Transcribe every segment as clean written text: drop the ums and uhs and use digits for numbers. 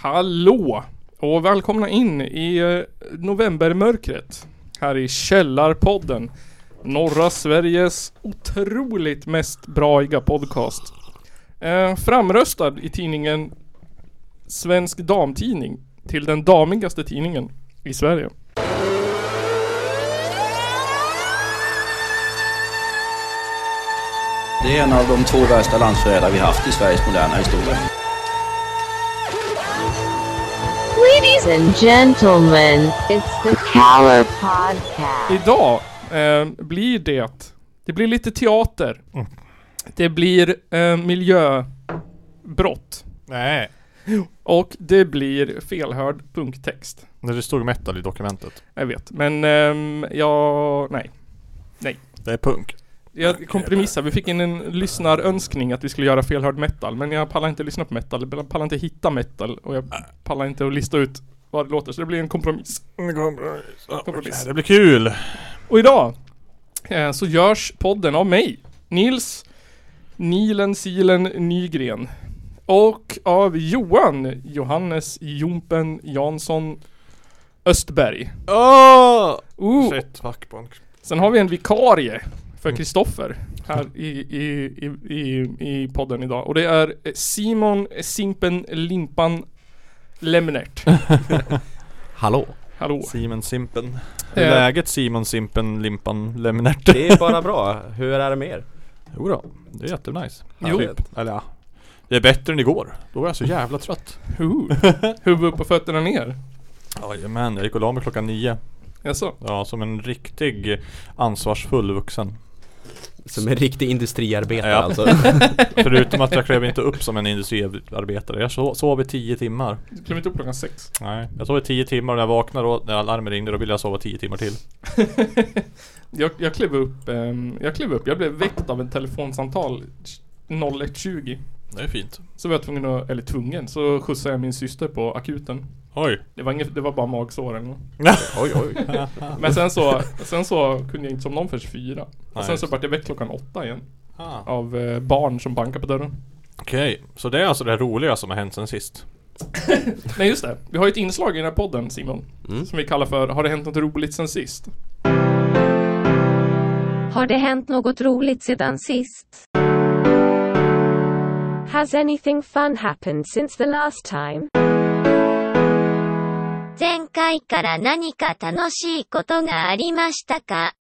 Hallå och välkomna in i novembermörkret här i Källarpodden, norra Sveriges otroligt mest braiga podcast. Framröstad i tidningen Svensk Damtidning till den damigaste tidningen i Sverige. Det är en av de 2 värsta landsförrädare vi haft i Sveriges moderna historia. Ladies and gentlemen, it's the Caller Podcast. Idag blir det blir lite teater. Det blir miljöbrott. Nej. Och det blir felhörd punkttext. När det stod metal i dokumentet. Jag vet, men nej. Det är punk. Jag kompromissade, vi fick in en lyssnarönskning att vi skulle göra felhörd metal. Men jag pallar inte lyssna på metal, jag pallar inte hitta metal. Och jag pallar inte att lista ut vad det låter. Så det blir en kompromiss. Kompromiss. Det blir kul. Och idag så görs podden av mig, Nils Nilen Silen Nygren. Och av Johannes Jompen Jansson Östberg. Shit, fuck punk. Sen har vi en vikarie för Kristoffer här i podden idag. Och det är Simon Simpen Limpan Lemnert. Hallå. Simon Simpen. Hur är läget, Simon Simpen Limpan Lemnert? Det är bara bra. Hur är det med er? Jo då, det är jättenice. Jo. Eller ja, det är bättre än igår. Då var jag så jävla trött. Huvud på fötterna ner. Jajamän, jag gick och la mig 9:00. Jaså? Ja, som en riktig ansvarsfull vuxen. Som en riktig industriarbetare, ja. alltså. Förutom att jag klev inte upp som en industriarbetare. Jag sov i 10 timmar. Du klev inte upp klockan 6? Nej, jag sov i 10 timmar och när jag vaknade och när alarmen ringde då ville jag sova 10 timmar till. Jag klev upp. Jag blev väckt av en telefonsamtal 01:20. Det är fint. Så var jag tvungen, så skjutsade jag min syster på akuten. Oj. Det var bara magsår eller något. Oj. Men sen så kunde jag inte somna om för 24. Och sen så vart jag väckt klockan 8 igen. Av barn som bankar på dörren. Okej, så det är alltså det roliga som har hänt sen sist. Nej just det, vi har ju ett inslag i den här podden, Simon, som vi kallar för Har det hänt något roligt sen sist? Har det hänt något roligt sedan sist? Has anything fun happened since the last time? 前回から何か楽しいことがありましたか?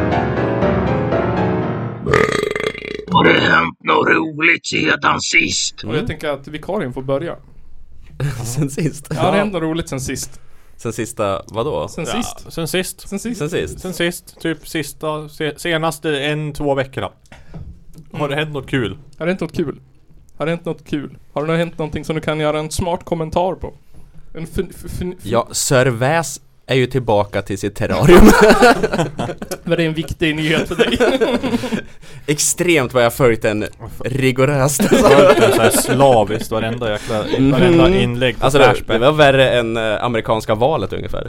Har det hänt något roligt sedan sist? Och jag tänker att vikarien får börja. Sen sist? Ja, det har hänt något roligt sen sist. Sen sista, vadå? Sen sist. Sen sist. Typ senaste 1-2 veckorna. Har det hänt något kul? Har det hänt något kul? Har det hänt någonting som du kan göra en smart kommentar på? Ja, Sir Väs är ju tillbaka till sitt terrarium. Men det är en viktig nyhet för dig. Extremt vad jag följt den rigoröst. Så här slaviskt varenda inlägg på alltså Flashback. det var värre än amerikanska valet ungefär.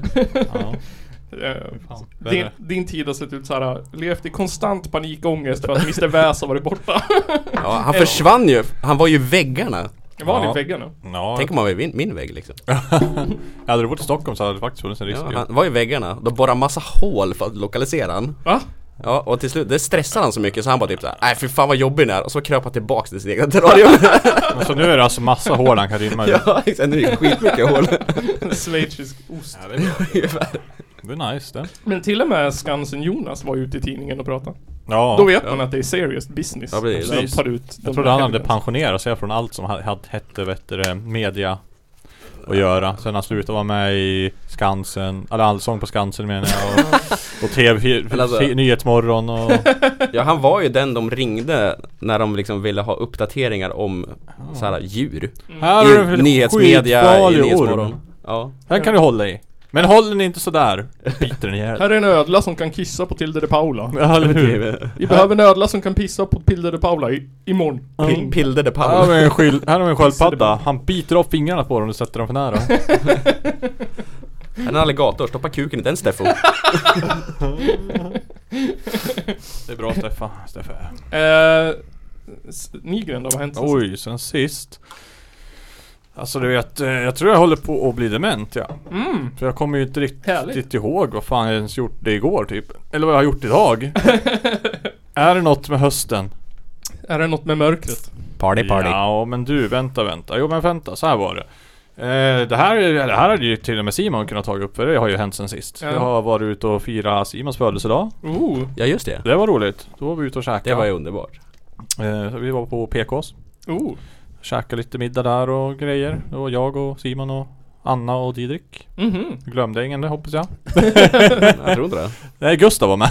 Din tid har sett ut såhär, levt i konstant panikångest för att Mr. Väs har varit borta. Ja, han försvann ju. Han var ju väggarna. Var han i väggarna? Ja. Tänk om han var i min vägg liksom. Hade du bott i Stockholm så hade det faktiskt funnits en risk. Ja, han var i väggarna. Då borrade massa hål för att lokalisera han. Va? Ja, och till slut, det stressade han så mycket så han bara typ såhär, nej för fan vad jobbig den är. Och så kröp han tillbaka till sitt eget terrarium. Så nu är det alltså massa hål han kan rymma i. Ja, exakt, nu är det skitmycket hål. Schweizisk ost. Ja, det är nice det. Men till och med Skansen Jonas var ute i tidningen och pratade. Ja. Då vet man att det är serious business. Ja, precis. Tar ut jag trodde han hade pensionerat sig från allt som hette media att göra. Sen han slutade vara med i Skansen, eller Allsång på Skansen menar jag, och TV, alltså, Nyhetsmorgon och... Ja, han var ju den de ringde när de liksom ville ha uppdateringar om såhär djur. I nyhetsmedia, i Nyhetsmorgon. Ja. Den kan du hålla i. Men håller ni inte sådär, biter ni ihjäl. Här är en ödla som kan kissa på Tilde de Paula. Ja, eller hur? Vi behöver en ödla som kan pissa på Tilde de Paula imorgon. Pilde de Paula. Här har vi en sköldpadda. Han biter av fingrarna på dem och sätter dem för nära. En alligator, stoppa kuken i den, Steffo. Det är bra, Steffe. Nygren då, vad har hänt sen? Oj, sen sist. Alltså du vet, jag tror jag håller på att bli dement, ja. För jag kommer ju inte riktigt ihåg vad fan jag ens gjort det igår typ. Eller vad jag har gjort idag. Är det något med hösten? Är det något med mörkret? Party. Ja, men du, vänta. Jo, men vänta, så här var det. Det här hade ju till och med Simon kunnat ta upp, för det har ju hänt sen sist. Jag har varit ute och firat Simons födelsedag. Ja, just det. Det var roligt. Då var vi ute och käkade. Det var ju underbart. Vi var på PKs. Käkade lite middag där och grejer. Det var jag och Simon och Anna och Didrik. Glömde ingen, det hoppas jag. Jag tror inte det. Nej, Gustav var med.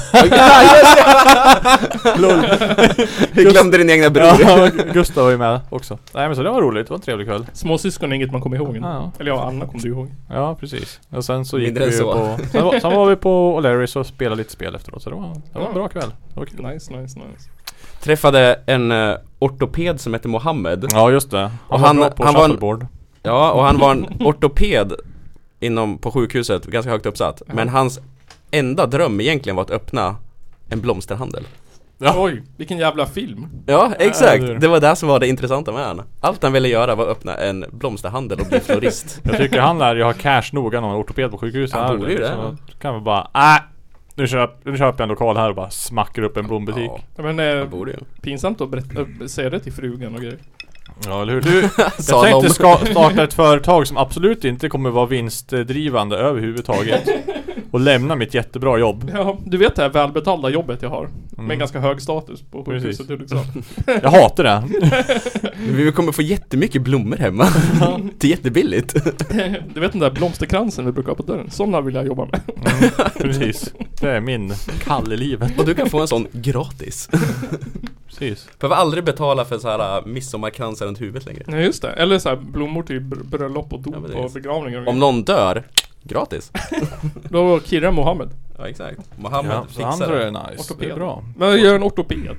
Du glömde din egna bror. Ja, Gustav var ju med också. Nej, men så det var roligt, det var en trevlig kväll. Småsyskon är inget man kommer ihåg. Ja. Eller ja, Anna kom du ihåg. Ja, precis. Och sen så gick Mindre vi så. på sen var vi på O'Larrys och spelade lite spel efteråt. Så det var en bra kväll. Det var kul. Nice. Träffade en ortoped som heter Mohammed. Ja, just det. Och Han var på shuffleboard. Ja, och han var en ortoped på sjukhuset, ganska högt uppsatt. Men hans enda dröm egentligen var att öppna en blomsterhandel. Ja. Oj, vilken jävla film. Ja, exakt. Det var det som var det intressanta med han. Allt han ville göra var att öppna en blomsterhandel och bli florist. Jag tycker han lär ju ha cash noga någon ortoped på sjukhuset. Han borde ju det. Så kan vi bara, nu köper jag en lokal här och bara smackar upp en blombutik. Ja, men borde ju. Pinsamt att säga det till frugan och grejer. Ja, eller hur? Jag tänkte starta ett företag som absolut inte kommer vara vinstdrivande överhuvudtaget. Och lämna mitt jättebra jobb. Ja, du vet det här välbetalda jobbet jag har. Med ganska hög status på sjukhuset. Jag hatar det. Vi kommer få jättemycket blommor hemma. Det är jättebilligt. Du vet den där blomsterkransen vi brukar ha på dörren. Sådana vill jag jobba med. Precis. Det är min kall i livet. Och du kan få en sån gratis. Precis. Behöver aldrig betala för så här midsommarkransar runt huvudet längre. Nej, just det. Eller så här blommor till bröllop och dop och begravningar. Om någon dör, gratis. Då kirrar Mohammed. Ja, exakt. Mohammed fixar det. Är nice. Ortoped. Det är bra. Men jag gör en ortoped.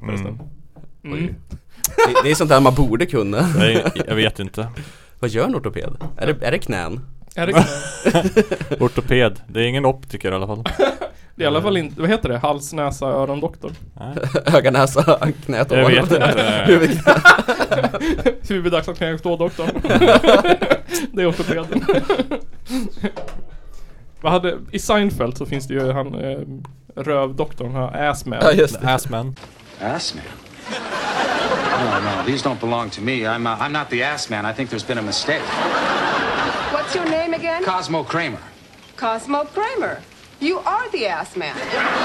Det är sånt där man borde kunna. Nej, jag vet inte. Vad gör en ortoped? Är det knän? Ortoped. Det är ingen optiker i alla fall. Det är i alla fall inte, vad heter det? Hals, näsa, örondoktor. Öga, näsa, knät och jag vet inte. Huvud, axlar, knä, stådoktorn. Det är ortopeden. I Seinfeld så finns det ju han rövdoktorn, Assman. Ja, just det. Assman. Assman? No, these don't belong to me. I'm not the Assman. I think there's been a mistake. What's your name again? Cosmo Kramer. Cosmo Kramer. You are the Assman.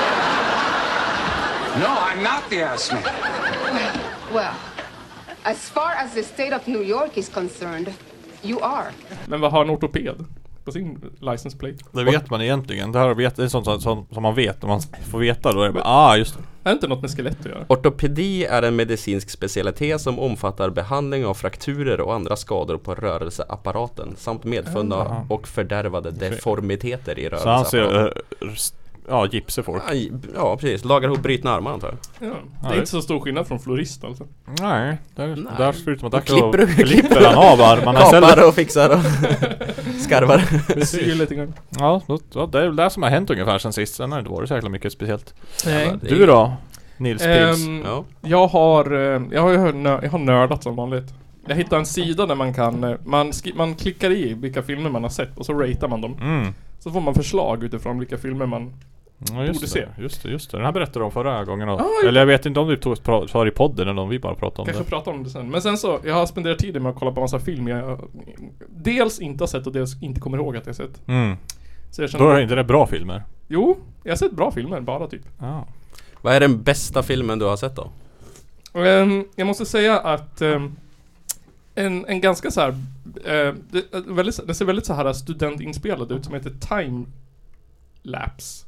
No, I'm not the Assman. Well, as far as the state of New York is concerned, you are. Men vad har en ortoped på sin license plate? Det vet man egentligen. Det är sånt som man vet. Om man får veta då är det bara, just det. Är det inte något med skelett att göra? Ortopedi är en medicinsk specialitet som omfattar behandling av frakturer och andra skador på rörelseapparaten samt medfunna och fördärvade deformiteter i rörelseapparaten. Så han ser gipser folk. Ja, precis. Lagar ihop brytna armar antar jag. Ja. Det är inte så stor skillnad från florist alltså. Nej, där förutom att klipper han av armarna. Kapar och fixar och skarvar. Ja, det är det som har hänt ungefär sen sist. Sen har det inte varit så jäkla mycket speciellt. Nej. Du då, Nils Pils? Jag har nördat som vanligt. Jag hittade en sida där man kan man klickar i vilka filmer man har sett och så ratear man dem. Så får man förslag utifrån vilka filmer man borde se. Just det. Den här berättade om förra gången. Eller jag vet inte om du tar i podden eller om vi bara pratade om kanske det. Prata om det sen. Men sen så, jag har spenderat tiden med att kolla på massa film jag dels inte har sett och dels inte kommer ihåg att jag har sett. Så jag då är inte det bra filmer? Jo, jag har sett bra filmer bara typ. Vad är den bästa filmen du har sett då? Jag måste säga att en ganska så här det ser väldigt så här studentinspelad ut som heter Time Lapse.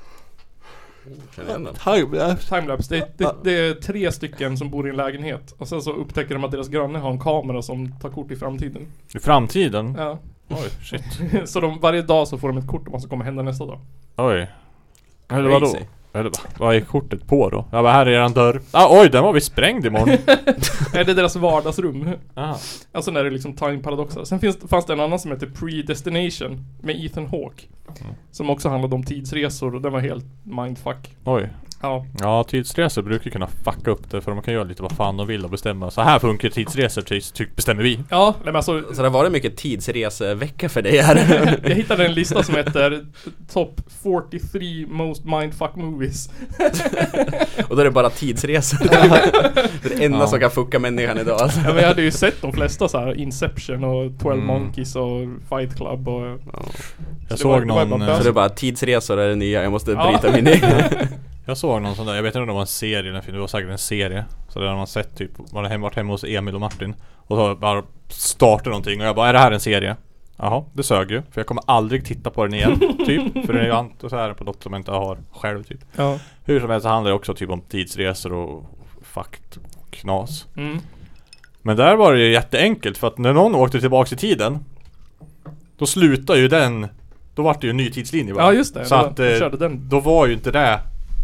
Timelapse. Det är 3 stycken som bor i en lägenhet och sen så upptäcker de att deras granne har en kamera som tar kort i framtiden. I framtiden? Ja. Oj, shit. Så varje dag så får de ett kort om vad som kommer hända nästa dag. Oj. Eller vadå? Vad är kortet på då? Ja, här är eran dörr. Oj, den var vi sprängd imorgon. Är det deras vardagsrum? Alltså när det är liksom time paradoxar. Sen fanns det en annan som heter Predestination med Ethan Hawke. Som också handlade om tidsresor och den var helt mindfuck. Oj. Ja, tidsresor brukar kunna fucka upp det, för de kan göra lite vad fan de vill och bestämma. Så här funkar tidsresor, bestämmer vi. Ja, men alltså, så det var det mycket tidsresevecka för dig här. Jag hittade en lista som heter Top 43 Most Mindfuck Movies. Och då är det bara tidsresor. Det är det enda som kan fucka människan idag alltså. Ja, men jag hade ju sett de flesta så här, Inception och 12 Monkeys och Fight Club och... Jag såg någon... Så det är bara tidsresor är det nya, jag måste bryta min egen. Jag såg någon sån där, jag vet inte om det var en serie, det var säkert en serie. Så där har man sett typ, varit hemma hos Emil och Martin och så bara startade någonting och jag bara, är det här en serie? Jaha, det sög ju, för jag kommer aldrig titta på den igen typ, för det är ju inte så här på något som jag inte har själv typ. Ja. Hur som helst så handlar det också typ om tidsresor och fakt och knas. Men där var det ju jätteenkelt, för att när någon åkte tillbaka i tiden, då slutar ju den, då var det ju en ny tidslinje va? Ja just det, så att körde den. Då var ju inte det,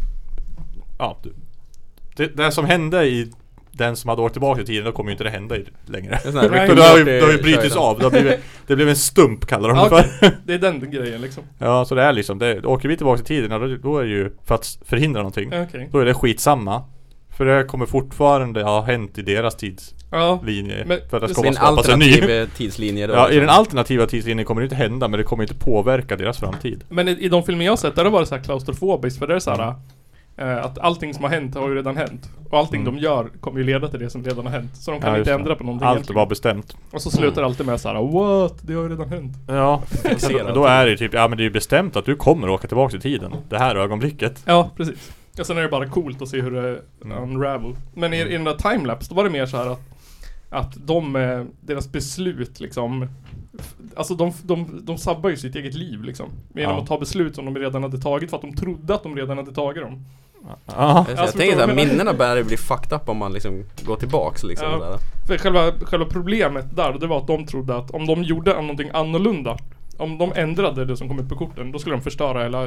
ja, det som hände i den som hade åkt tillbaka i tiden, då kommer ju inte det hända längre. Det har ju brutits av. Det blev en stump kallar de det för. Det är den grejen liksom. Ja, så det är liksom, åker vi tillbaka i tiden, då är det ju för att förhindra någonting. Då är det skitsamma. För det kommer fortfarande ha hänt i deras tidslinje. Men, för att det ska en alternativ tidslinje då, ja, i den alternativa tidslinjen kommer det inte hända, men det kommer inte påverka deras framtid. Men i de filmer jag har sett, där har det varit så här klaustrofobiskt, för det är så här att allting som har hänt har ju redan hänt. Och allting de gör kommer ju leda till det som redan har hänt. Så de kan inte ändra på någonting. Allt var bestämt. Och så slutar det alltid med så här: what? Det har ju redan hänt. Ja, då är det typ, ja men det är ju bestämt att du kommer åka tillbaka i tiden. Det här ögonblicket. Ja, precis. Och sen är det bara coolt att se hur det unravel. Men i den där timelapse, då var det mer så här att deras beslut liksom, alltså de sabbar ju sitt eget liv liksom, genom att ta beslut som de redan hade tagit, för att de trodde att de redan hade tagit dem. Jag tänker såhär, minnena börjar bli fucked up om man liksom går tillbaks liksom där. För själva problemet där, det var att de trodde att om de gjorde någonting annorlunda, om de ändrade det som kom upp på korten, då skulle de förstöra hela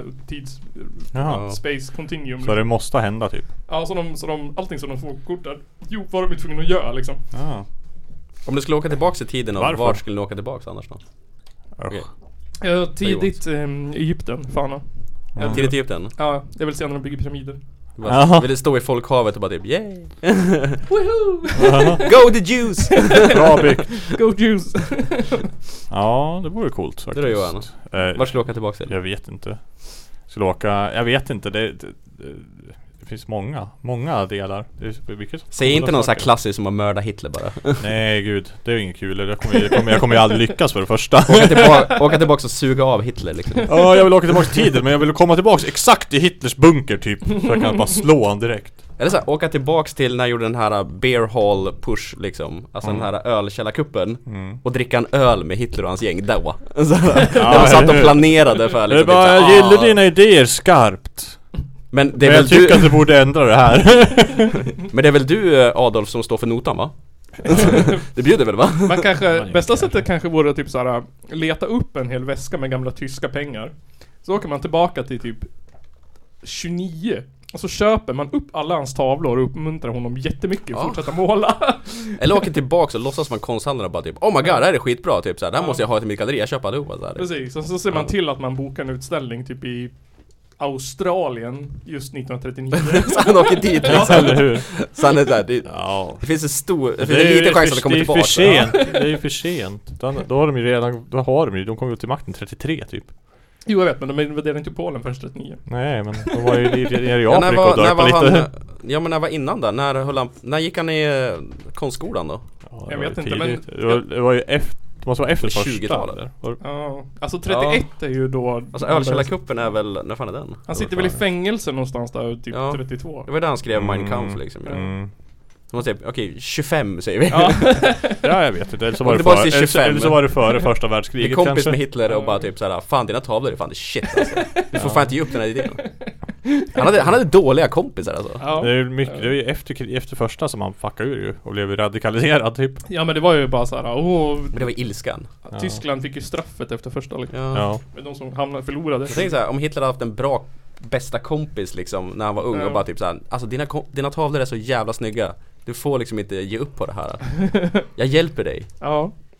space continuum. Så det måste hända typ. Ja, så de allting som de får på korten, var de tvungna att göra liksom. Om du skulle åka tillbaks i tiden, var skulle du åka tillbaks annars då? Tidigt Egypten, fan. Tidigt Egypten? Ja, jag vill se när de bygger pyramider. Vill det stå i folkhavet och bara typ yay! Woohoo! Go the Jews! Bra byggt! Go Jews! Ja, det vore coolt faktiskt. Det är Johan. Var ska du åka tillbaka till? Jag vet inte. Jag vet inte. Det finns många delar. Säg inte någon så här klassisk som att mörda Hitler bara. Nej gud, det är ju inget kul. Jag kommer ju aldrig lyckas för det första. Åka tillbaka och suga av Hitler liksom. Ja, jag vill åka tillbaka till tiden, men jag vill komma tillbaka exakt i Hitlers bunker typ, så jag kan bara slå han direkt. Eller så här, åka tillbaks till när jag gjorde den här beer hall push liksom, alltså den här ölkällarkuppen, och dricka en öl med Hitler och hans gäng då. De satt och planerade för liksom, det bara, jag gillar dina idéer skarpt. Men det är jag tycker att du borde ändra det här. Men det är väl du, Adolf, som står för notan va? Det bjuder väl va? Man kanske, bästa sättet kanske vore typ såhär, leta upp en hel väska med gamla tyska pengar. Så åker man tillbaka till typ 29, och så köper man upp alla hans tavlor och uppmuntrar honom jättemycket att fortsätta måla. Eller åker tillbaka och låtsas man konsthandlare bara typ, oh my god, det här är skitbra typ såhär, det här måste jag ha till mitt galleri, jag köper allihopa såhär. Precis, och så ser man till att man bokar en utställning typ i Australien just 1939. Så han åker dit liksom. Eller hur? Så han är där, det finns en stor, det finns en liten chans att det kommer tillbaka. Det är ju för sent. Då har de ju redan, de kom ju till makten 33 typ. Jo jag vet, men de invaderade inte Polen först 39. Nej, men de var ju nere i Afrika och dörpa lite. Ja, men när var innan då? När gick han i konstskolan då? Ja, jag vet inte, men det var ju efter, det måste vara efter 20-talet. Ja, alltså 31 är ju då. Alltså ölkällarkuppen är väl, när fan är den? Han sitter väl i fängelse någonstans där typ 32. Det var där han skrev Mein Kampf liksom. Så man säger, okej, 25 säger vi. Ja, jag vet inte. Eller så var det före första världskriget. Det kompis kanske med Hitler och bara typ såhär, fan dina tavlor är fan det shit alltså. Du får fan inte ge upp den här idén. Han hade dåliga kompisar alltså. Ja. Det är ju efter första som han fuckade ur ju och blev radikaliserad typ. Ja, men det var ju bara såhär, men det var ilskan. Tyskland fick ju straffet efter första liksom. Ja. De som förlorade. Jag tänker såhär, om Hitler hade haft en bra bästa kompis liksom när han var ung och bara typ såhär, alltså dina tavlor är så jävla snygga. Du får liksom inte ge upp på det här. Jag hjälper dig. Ja.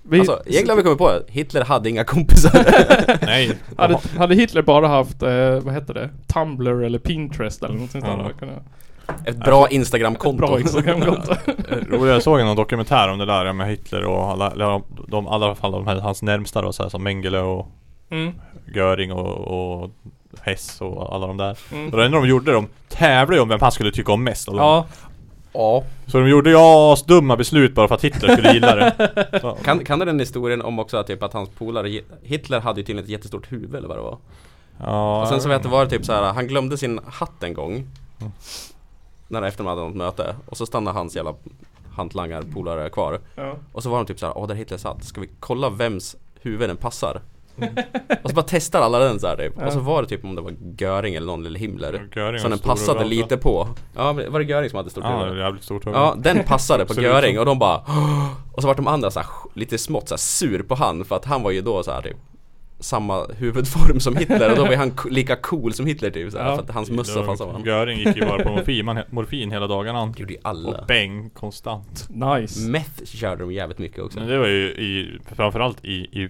Alltså, egentligen har vi kommit på att Hitler hade inga kompisar. Nej. Hade Hitler bara haft, vad heter det? Tumblr eller Pinterest eller något sånt där. Ett bra Instagram-konto. Bra Instagram-konto. Jag såg någon dokumentär om det där med Hitler och alla fall hans närmsta då, så här, som Mengele och Göring och Hess och alla de där. Och det enda de gjorde, de tävlade om vem han skulle tycka om mest. Ja. Så de gjorde dumma beslut bara för att Hitler skulle gilla det. Kan du den historien om också typ att hans polare Hitler hade ju tydligen ett jättestort huvud eller vad det var? Ja. Och sen så vet det var det typ så här, han glömde sin hatt en gång. När efter de hade något möte. Och så stannade hans jävla hantlangarpolare kvar. Och så var de typ så här, där Hitler satt. Ska vi kolla vems huvud den passar? Och så bara testar alla den så här typ. Och så var det typ om det var Göring eller någon eller Himmler som den passade lite på. Ja, var det Göring som hade stort huvud? Ja, det är jävligt stort huvud. Ja, den passade på Göring och de bara och så var de andra så här, lite smått så här, sur på han för att han var ju då så här typ samma huvudform som Hitler och då var han lika cool som Hitler typ så här, för att hans mössa fanns av honom. Göring gick ju bara på morfin hela dagarna. Det gjorde ju alla. Och bäng konstant. Nice. Meth körde de jävligt mycket också. Men det var ju framförallt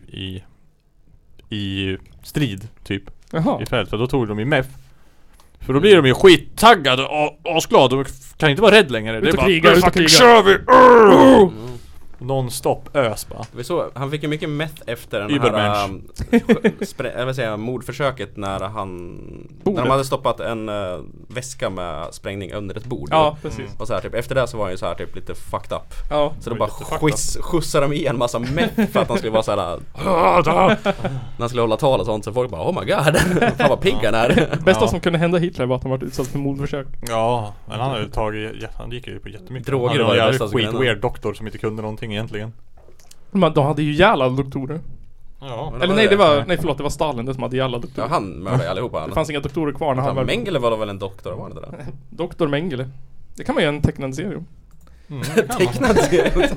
i strid typ. Jaha. I fält, för då tog de i meth. För då blir de ju skittaggade och asglada. De kan inte vara rädd längre. Det är bara, fucking kör vi! Non-stop ös bara. Vi såg, han fick ju mycket meth efter den här mordförsöket när de hade stoppat en väska med sprängning under ett bord. Ja, precis. Och så här, typ, efter det så var han ju så här typ lite fucked up. Ja. Så då bara skjutsade de i en massa meth för att han skulle vara så här när han skulle hålla tal och sånt, så folk bara oh my god, fan vad pigg han är. Bästa som kunde hända Hitler var att han var utsatt för mordförsök. Ja, men han gick ju på jättemycket droger. Han var en skit-weird doktor som inte kunde någonting egentligen. Men de hade ju jävla doktorer. Ja. Eller nej, det var Stalin det som hade jävla doktorer. Ja, han mördade allihopa. Det fanns inga doktorer kvar när han var... Mengele var väl en doktor, var det där? Doktor Mengele. Det kan man göra en tecknad serie. Tecknad serie.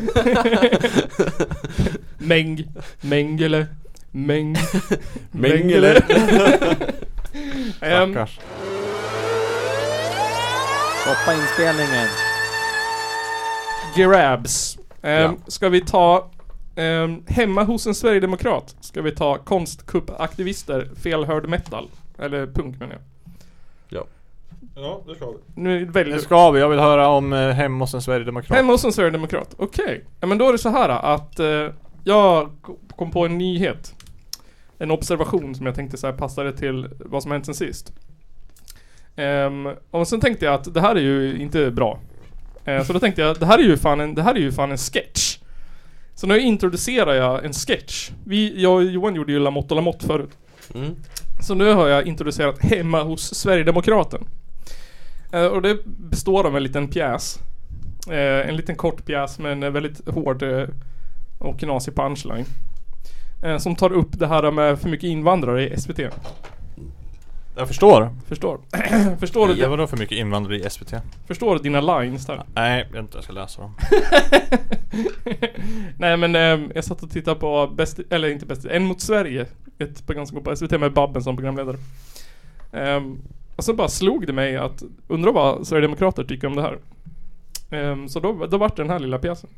Mengele. Stackars. Stoppa inspelningen. Grabs. Ska vi ta hemma hos en Sverigedemokrat? Ska vi ta konstkuppaktivister, felhörd metal? Eller punk menar jag. Ja, det ska vi. Nu ska vi. Jag vill höra om hemma hos en Sverigedemokrat. Hemma hos en Sverigedemokrat. Okej. Ja, men då är det så här att jag kom på en nyhet. En observation som jag tänkte så här passade till vad som hänt sen sist. Och sen tänkte jag att det här är ju inte bra. Så då tänkte jag, det här är ju fan en sketch. Så nu introducerar jag en sketch. Jag och Johan gjorde ju Lamotte och Lamotte förut. Så nu har jag introducerat hemma hos Sverigedemokraten. Och det består av en liten pjäs. En liten kort pjäs med en väldigt hård och knasig punchline. Som tar upp det här med för mycket invandrare i SVT. Jag förstår. Förstår du? Det var då för mycket invandrare i SVT. Förstår du dina lines där? Nej, jag ska läsa dem. Nej, men jag satt och tittade på En mot Sverige. Ett program som går på SVT med Babben som programledare. Och så bara slog det mig att undra vad Sverigedemokrater tycker om det här. Så då vart den här lilla pjäsen.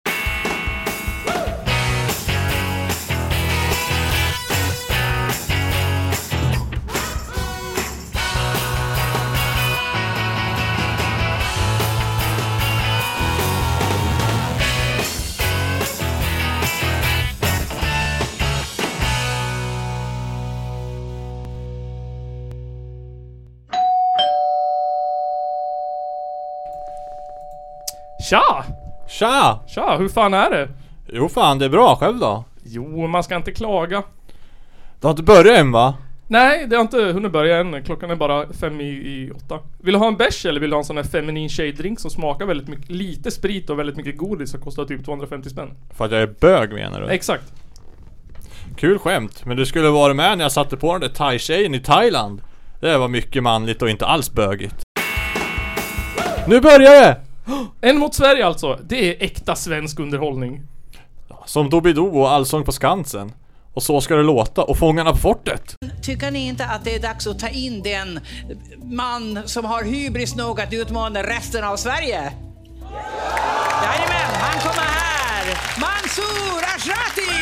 Tja, hur fan är det? Jo fan, det är bra, själv då? Jo, man ska inte klaga. Du har inte börjat än va? Nej, det har inte hunnit börja än. Klockan är bara 5:08. Vill du ha en bärs eller vill du ha en sån här feminin tjejdrink som smakar väldigt mycket, lite sprit och väldigt mycket godis och kostar typ 250 spänn? För att jag är bög menar du? Exakt. Kul skämt, men du skulle vara med när jag satte på den där thai-tjejen i Thailand. Det var mycket manligt och inte alls bögigt. Nu börjar det! En mot Sverige alltså. Det är äkta svensk underhållning. Som Doobidoo och Allsång på Skansen. Och Så ska det låta och Fångarna på fortet. Tycker ni inte att det är dags att ta in den man som har hybris nog att utmana resten av Sverige? Jajamän, han kommer här! är Mansour Ashrati!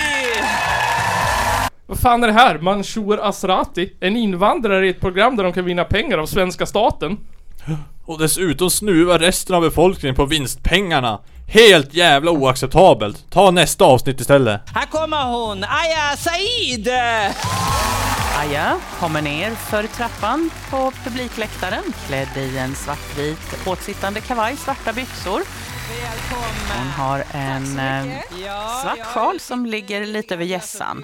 Vad fan är det här? Mansour Ashrati? En invandrare i ett program där de kan vinna pengar av svenska staten. Och dessutom snuvar resten av befolkningen på vinstpengarna. Helt jävla oacceptabelt. Ta nästa avsnitt istället. Här kommer hon, Aya Said! Aya kommer ner för trappan på publikläktaren, klädd i en svartvit åtsittande kavaj, svarta byxor. Hon har en svart sjal som ligger lite över hjässan.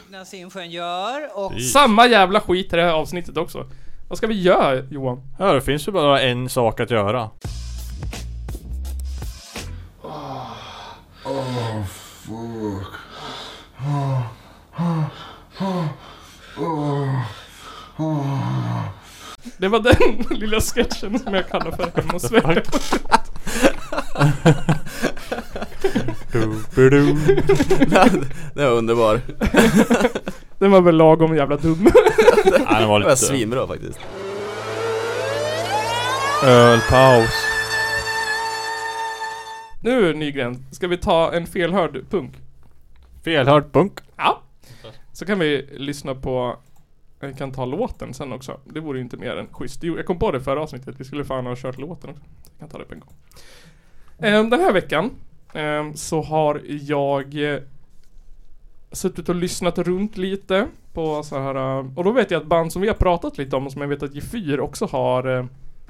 Samma jävla skit i det här avsnittet också. Vad ska vi göra, Johan? Ja, det finns ju bara en sak att göra. Fuck. Det var den lilla sketchen som jag kallar för Hem och Sverige. Det var underbar. Den var väl lagom jävla dum. Ja, den var lite svinbra faktiskt. Ölpaus. Nu Nygren, ska vi ta en felhörd punk? Felhörd punk? Ja. Så kan vi lyssna på. Jag kan ta låten sen också. Det vore ju inte mer än schysst. Jag kom på det förra avsnittet. Vi skulle fan ha kört låten också. Jag kan ta det på en gång. Den här veckan så har jag suttit och lyssnat runt lite på så här. Och då vet jag att band som vi har pratat lite om och som jag vet att G4 också har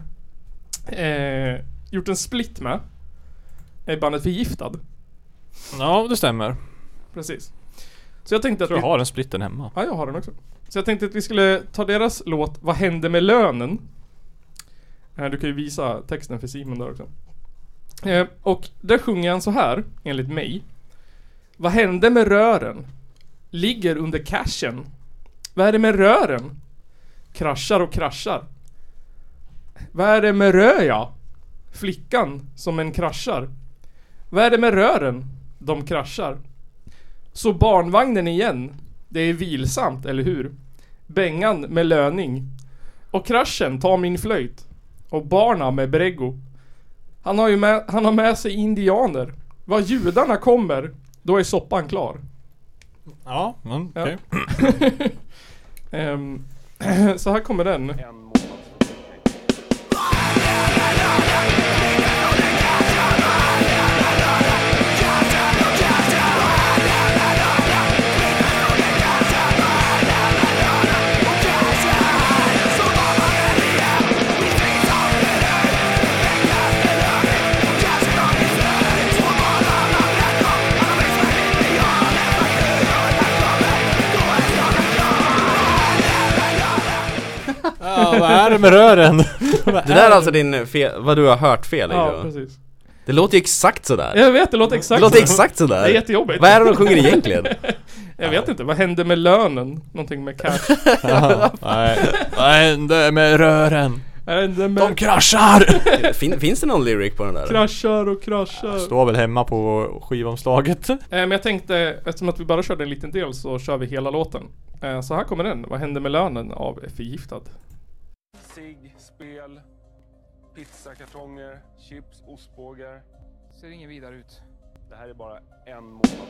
gjort en split med. Är bandet Förgiftad. Ja, det stämmer. Precis. Så jag tänkte att jag har en splitten hemma. Ja, jag har den också. Så jag tänkte att vi skulle ta deras låt Vad hände med lönen? Du kan ju visa texten för Simon där också. Och där sjunger han så här, enligt mig. Vad hände med rören? Ligger under cashen. Vad är det med rören? Kraschar och kraschar. Vad är det med röja? Flickan som en kraschar. Vad är det med rören? De kraschar. Så barnvagnen igen. Det är vilsamt, eller hur? Bängan med löning. Och kraschen tar min flöjt. Och barna med breggo. Han har med sig indianer. Vad judarna kommer, då är soppan klar. Ja, men okej. Så här kommer den. Ja, vad är det med rören? Det där är alltså din vad du har hört fel. Ja, precis. Det låter ju exakt sådär. Jag vet, det låter exakt det låter exakt sådär. Det är jättejobbigt. Vad är det de sjunger egentligen? Jag vet inte, vad hände med lönen? Någonting med cash. Nej, vad hände med rören? De kraschar! Finns det någon lyric på den där? Kraschar och kraschar. Står väl hemma på skivomslaget. Men jag tänkte, eftersom att vi bara körde en liten del så kör vi hela låten. Så här kommer den. Vad hände med lönen av Förgiftad? Cigg, spel, pizzakartonger, chips, ostbågar. Ser ingen vidare ut. Det här är bara en månad.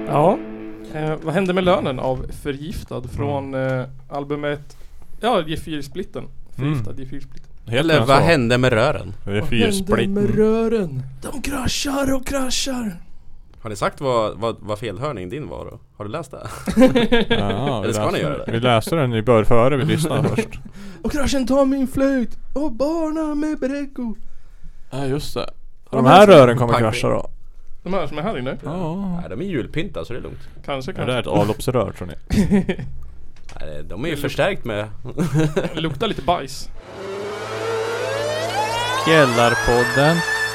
Ja. Vad hände med lönen av Förgiftad från albumet G4-splitten. Förgiftad G4-splitten. Eller vad hände med rören? Vad hände med rören? De kraschar och kraschar. Har ni sagt vad felhörning din var då? Har du läst det? Ja, eller ska ni göra det? Vi läste den i början före vi lyssnade först. Och kraschen tar min flöjt. Och barna med bräcko. Ja, just det. De här rören kommer krascha då. De här som är här inne? Ja. Nej, de är julpynta så det är lugnt. Kanske. Det är ett avloppsrör tror ni. Nej, de är ju förstärkt med. Det luktar lite bajs. Källarpodden.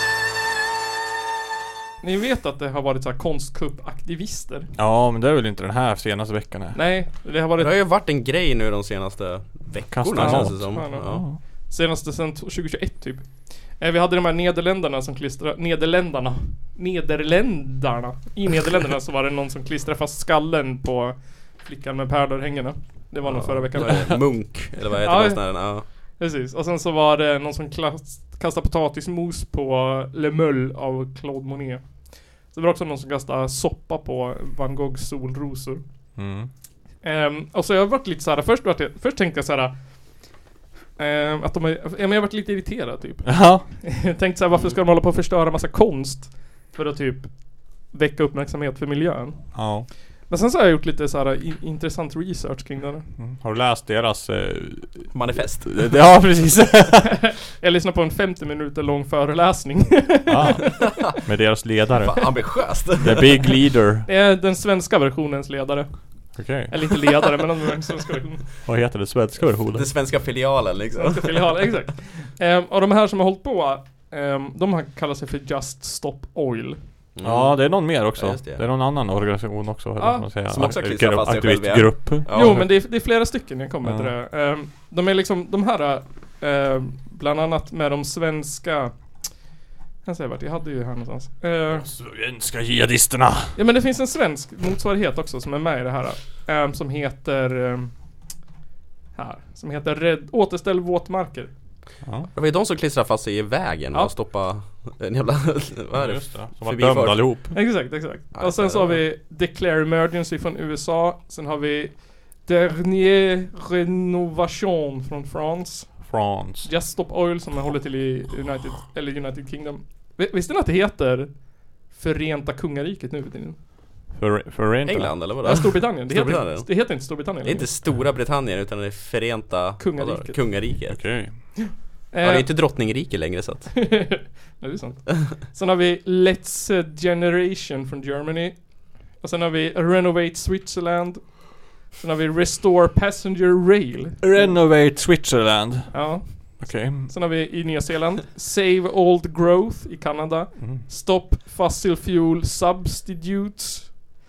Ni vet att det har varit så här konstkuppaktivister. Ja, men det är väl inte den här senaste veckan här. Nej, det har ju varit en grej nu de senaste veckorna känns det som. Ja. Senaste sen 2021 typ. Vi hade de här Nederländerna som klistrade Nederländerna i Nederländerna så var det någon som klistrade fast skallen på flickan med pärlörhängena. Det var nog förra veckan. Munk eller vad heter det? Ja. Precis. Och sen så var det någon som kastade potatismos på Le Meul av Claude Monet. Så det var också någon som kastade soppa på Van Goghs solrosor. Och så jag har varit lite så här. Först tänkte jag så här. Att jag har varit lite irriterad typ. Ja. Jag tänkte så här, varför ska de hålla på att förstöra massa konst för att typ väcka uppmärksamhet för miljön? Ja. Men sen så har jag gjort lite så här intressant research kring det. Har du läst deras manifest? Ja, precis. Jag lyssnade på en 50 minuter lång föreläsning. Med deras ledare. Vad ambitiöst. The Big Leader. Det är den svenska versionens ledare. Okej. Eller inte ledare, men den svenska versionen. Vad heter det svenska versionen? Den svenska filialen liksom. Svenska filialen, exakt. Och de här som har hållit på, de har kallat sig för Just Stop Oil. Ja, det är någon mer också. Ja, det är någon annan organisation också. Ja, som också klistrar fast sig själv. Aktivistgrupp. Ja. Jo, men det är flera stycken jag kommer till det. De är liksom, de här, bland annat med de svenska... Jag säger vart, jag hade ju här någonstans. Svenska jihadisterna. Ja, men det finns en svensk motsvarighet också som är med i det här. Som heter... som heter Återställ våtmarker. Ja. Det var ju de som klistrar fast sig i vägen och stoppa en jävla... Vad är det? Just det. Som var dömda allihop. Exakt. Ja, och sen så har vi Declare Emergency från USA. Sen har vi Dernier Renovation från France. Just Stop Oil som håller till i United Kingdom. Visste ni att det heter Förenta Kungariket nu för tiden? Förenta? England eller vad det? Ja, Storbritannien. Det heter inte Storbritannien. Det är inte Stora Britannien utan det är Förenta Kungariket. Okej. Ja, det är inte drottningrike längre så att. Nej, det är sant. Sen har vi Let's Generation från Germany. Och sen har vi Renovate Switzerland. Sen har vi Restore Passenger Rail. Renovate Switzerland. Ja. Okej. Sen har vi i Nya Zeeland Save Old Growth i Kanada. Stop Fossil Fuel Substitutes.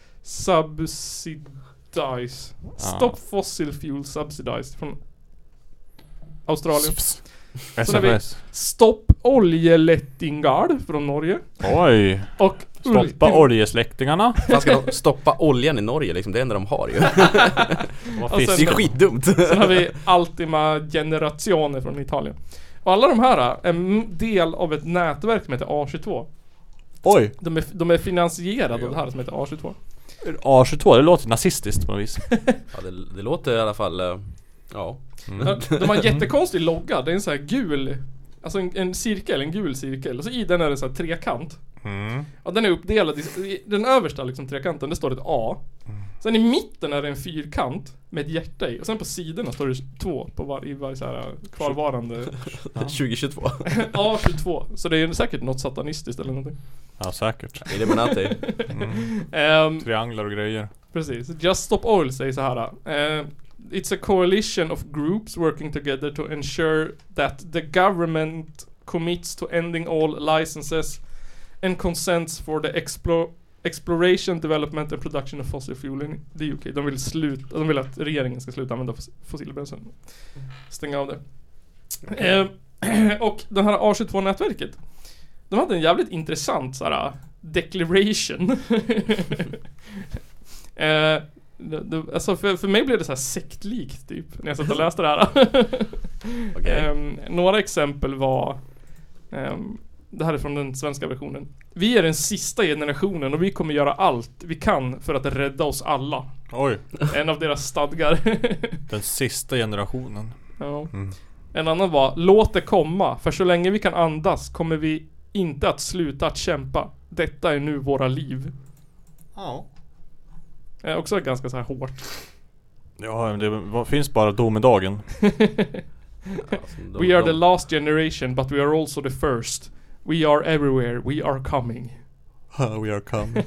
Subsidize. Stop Fossil Fuel Subsidize från Australien. Sen har vi Stopp Oljelettingar från Norge. Oj. Och stoppa oljesläktingarna. Man ska stoppa oljan i Norge liksom, det är enda de har ju. Det är skitdumt. Sen har vi Ultima Generazione från Italien. Och alla de här är en del av ett nätverk som heter A22. Oj. De är finansierade av det här som heter A22. A22, det låter nazistiskt på något vis. Ja, det låter i alla fall, ja. De har en jättekonstig logga. Det är en så här gul, alltså en cirkel, en gul cirkel. Och så i den är det så här trekant. Och den är uppdelad i den översta liksom trekanten, det står ett A. Sen i mitten är det en fyrkant med ett hjärta i. Och sen på sidorna står det 2 på i varje så här kvarvarande 2022. Ja, 22. Så det är säkert något satanistiskt eller någonting. Ja, säkert. Illuminati. Trianglar och grejer. Precis. Just Stop Oil säger så här. It's a coalition of groups working together to ensure that the government commits to ending all licenses and consents for the exploration, development and production of fossil fuel in the UK. De vill att regeringen ska sluta använda fossilbränslen. Stänga av det. Och den här A22-nätverket, de hade en jävligt intressant såhär declaration. Alltså för mig blev det så här sektlikt typ när jag satt och läste det här. Några exempel var Det här är från den svenska versionen. Vi är den sista generationen och vi kommer göra allt vi kan för att rädda oss alla. Oj. En av deras stadgar. Den sista generationen. Ja. En annan var: låt det komma, för så länge vi kan andas kommer vi inte att sluta att kämpa. Detta är nu våra liv. Ja. Också ganska så här hårt. Ja, det finns bara domedagen. We are the last generation, but we are also the first. We are everywhere, we are coming. We are coming.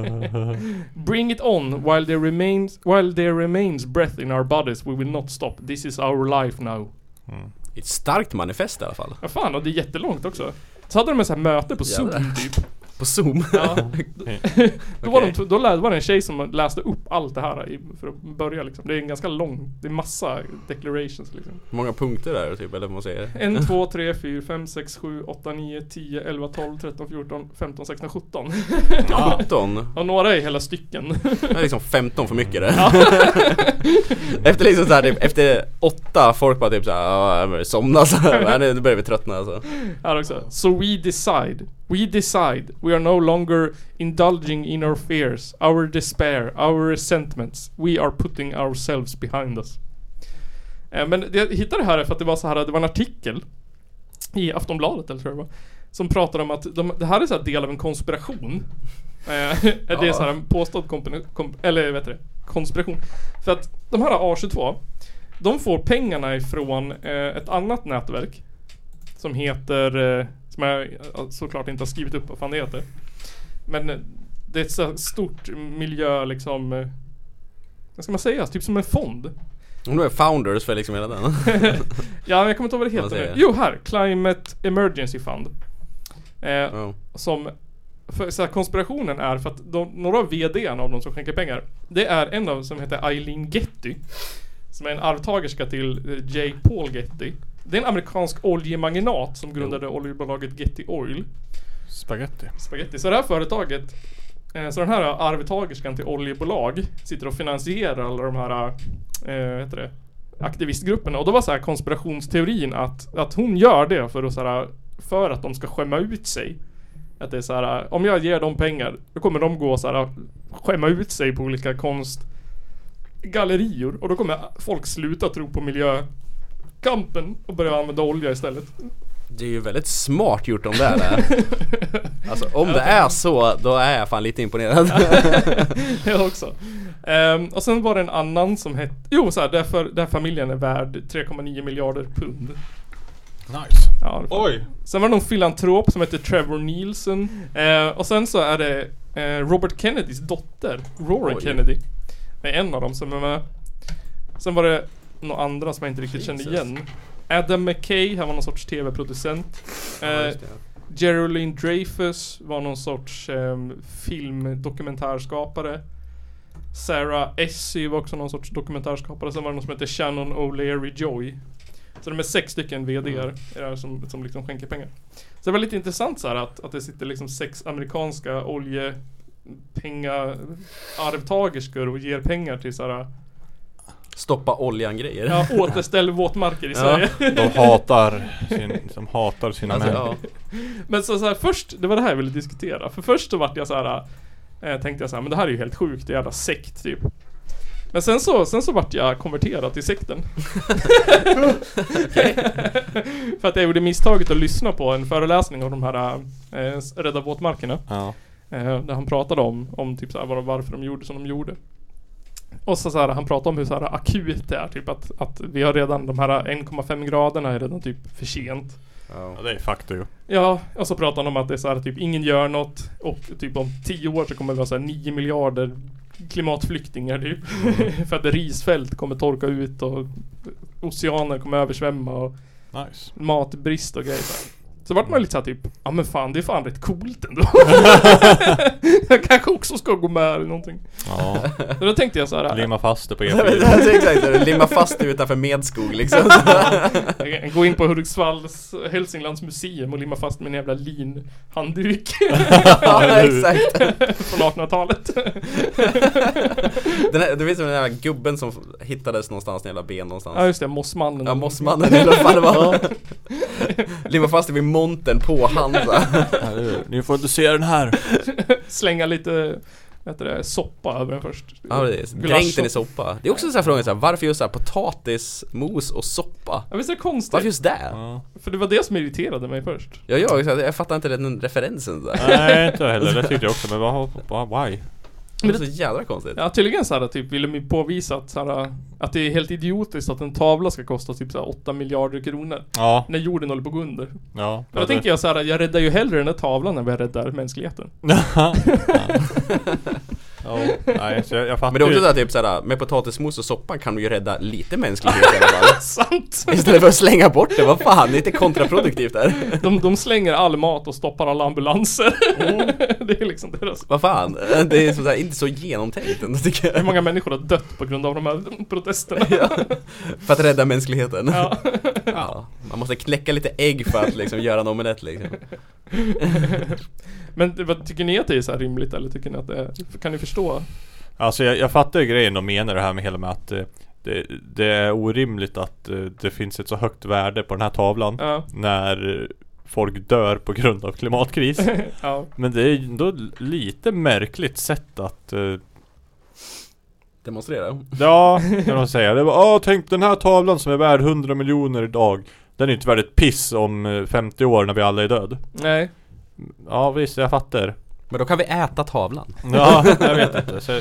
Bring it on, while there remains breath in our bodies, we will not stop. This is our life now. Ett starkt manifest i alla fall. Ja fan, och det är jättelångt också. Så hade de en sån här möte på Zoom typ. På Zoom? Ja. Då var det en tjej som läste upp allt det här för att börja liksom. Det är en ganska lång, det är massa declarations liksom. Hur många punkter är det typ, eller vad man säger? 1, 2, 3, 4, 5, 6, 7, 8, 9, 10, 11, 12, 13, 14, 15, 16, 17. 17? Och några är hela stycken. Det är liksom 15 för mycket det. Efter liksom så här, typ, efter 8 folk bara typ så här, somna så här. Nu börjar vi tröttna alltså. Här också. So we decide. We are no longer indulging in our fears, our despair, our resentments. We are putting ourselves behind us. Men jag hittade det här för att det var så här, det var en artikel i Aftonbladet eller tror jag det var, som pratade om att det här är så här del av en konspiration. Det är så här en påstådd konspiration. För att de här A22, de får pengarna ifrån ett annat nätverk som heter, som jag såklart inte har skrivit upp vad fan det heter. Men det är ett så stort miljö liksom, vad ska man säga, typ som en fond. Nu är founders för liksom hela den. Ja, men jag kommer inte ihåg vad det heter nu. Jo, här, Climate Emergency Fund. Som för så här, konspirationen är för att några av vd:arna av de som skänker pengar, det är en av som heter Eileen Getty, som är en arvtagerska till J. Paul Getty. Det är en amerikansk oljemagnat som grundade oljebolaget Getty Oil. Spaghetti. Så det här företaget, så den här arvtagerskan till oljebolag sitter och finansierar alla de här aktivistgrupperna. Och då var så här konspirationsteorin att hon gör det för att de ska skämma ut sig. Att det är så här, om jag ger dem pengar, då kommer de gå så här skämma ut sig på olika konstgallerior, och då kommer folk sluta tro på miljökampen och börja använda olja istället. Det är ju väldigt smart gjort om det här. Alltså om det är så, då är jag fan lite imponerad. Jag också. Och sen var det en annan som hette, där familjen är värd 3,9 miljarder pund. Nice. Ja, oj. Sen var det någon filantrop som heter Trevor Nielsen. Och sen så är det Robert Kennedys dotter, Rory Kennedy. Det är en av dem som är med. Sen var det några andra som jag inte riktigt kände igen. Adam McKay, han var någon sorts tv-producent. Geraldine Dreyfus var någon sorts filmdokumentärskapare. Sarah Essie var också någon sorts dokumentärskapare. Sen var det någon som heter Shannon O'Leary Joy. Så de är 6 stycken vd:ar som liksom skänker pengar. Så det var lite intressant så här att det sitter liksom 6 amerikanska oljepenga-arvtagerskor och ger pengar till så här, stoppa oljan-grejer. Ja, återställ våtmarker i Sverige. De hatar sina män. Ja. Men så här, först, det var det här jag ville diskutera. För först så vart jag så här, tänkte jag så här, men det här är ju helt sjukt, det är jävla sekt typ. Men sen så vart jag konverterad till sekten. För att jag gjorde misstaget att lyssna på en föreläsning av de här Rädda våtmarkerna. Ja. Där han pratade om typ så här, varför de gjorde som de gjorde. Och så här, han pratade om hur så här akut det är, typ att vi har redan de här 1,5 graderna är redan typ för sent. Ja, det är fakta ju. Ja, och så pratar han om att det är så här, typ ingen gör något, och typ om 10 år så kommer det vara så här 9 miljarder klimatflyktingar typ. För att risfält kommer torka ut och oceaner kommer översvämma och matbrist och grejer. Så vart man lite såhär typ, ja men fan, det är fan rätt coolt ändå. Jag kanske också ska gå med eller någonting. Ja. Så då tänkte jag så här. Limma fast det på E4. Limma fast det utanför Medskog liksom. Gå in på Hudiksvalls Hälsinglands museum och limma fast med en jävla linhandduk. Ja, exakt. Från 1800-talet. Du vet som den där gubben som hittades någonstans, en jävla ben någonstans. Ja just det, Mossmannen. Ja, Mossmannen eller vad fan det var. Limma fast det vid montern på Hansa. Ni får inte se den här. Slänga lite soppa över den först. Ja, precis. Dränk den i soppa. Det är också en sån här fråga, varför just så här potatis, mos och soppa? Ja, visst är det konstigt? Varför just det? Ja. För det var det som irriterade mig först. Ja, jag fattar inte den referensen så. Nej, inte heller. Det tyckte jag också. Men why? Men det är så jävla konstigt. Ja, tydligen så här, typ ville man påvisa att det är helt idiotiskt att en tavla ska kosta typ så här 8 miljarder kronor. Ja. När jorden håller på att gå under. Ja. Då tänker jag så här, jag räddar ju hellre den här tavlan än vad jag räddar mänskligheten. Ja, nej, så jag fattar. Men det är också där typ såhär, med potatismos och soppan kan du ju rädda lite mänsklighet i alla fall. Sant! Istället för att slänga bort det, vad fan, det är inte kontraproduktivt där. De slänger all mat och stoppar alla ambulanser. Det är liksom deras. Vad fan, det är så här, inte så genomtänkt ändå, tycker jag. Hur många människor har dött på grund av de här protesterna? Ja, för att rädda mänskligheten. Ja. Ja, man måste knäcka lite ägg för att liksom göra en omelett liksom. Men vad tycker ni att det är så här rimligt, eller tycker ni att det är, kan ni förstå? Alltså jag fattar ju grejen de menar det här med hela med att det är orimligt att det finns ett så högt värde på den här tavlan när folk dör på grund av klimatkris. Ja. Men det är ändå lite märkligt sätt att demonstrera. Ja, kan man säga. Det var, tänk den här tavlan som är värd 100 miljoner idag. Den är inte värd ett piss om 50 år när vi alla är död. Nej. Ja visst, jag fattar. Men då kan vi äta tavlan. Ja, jag vet inte. Så,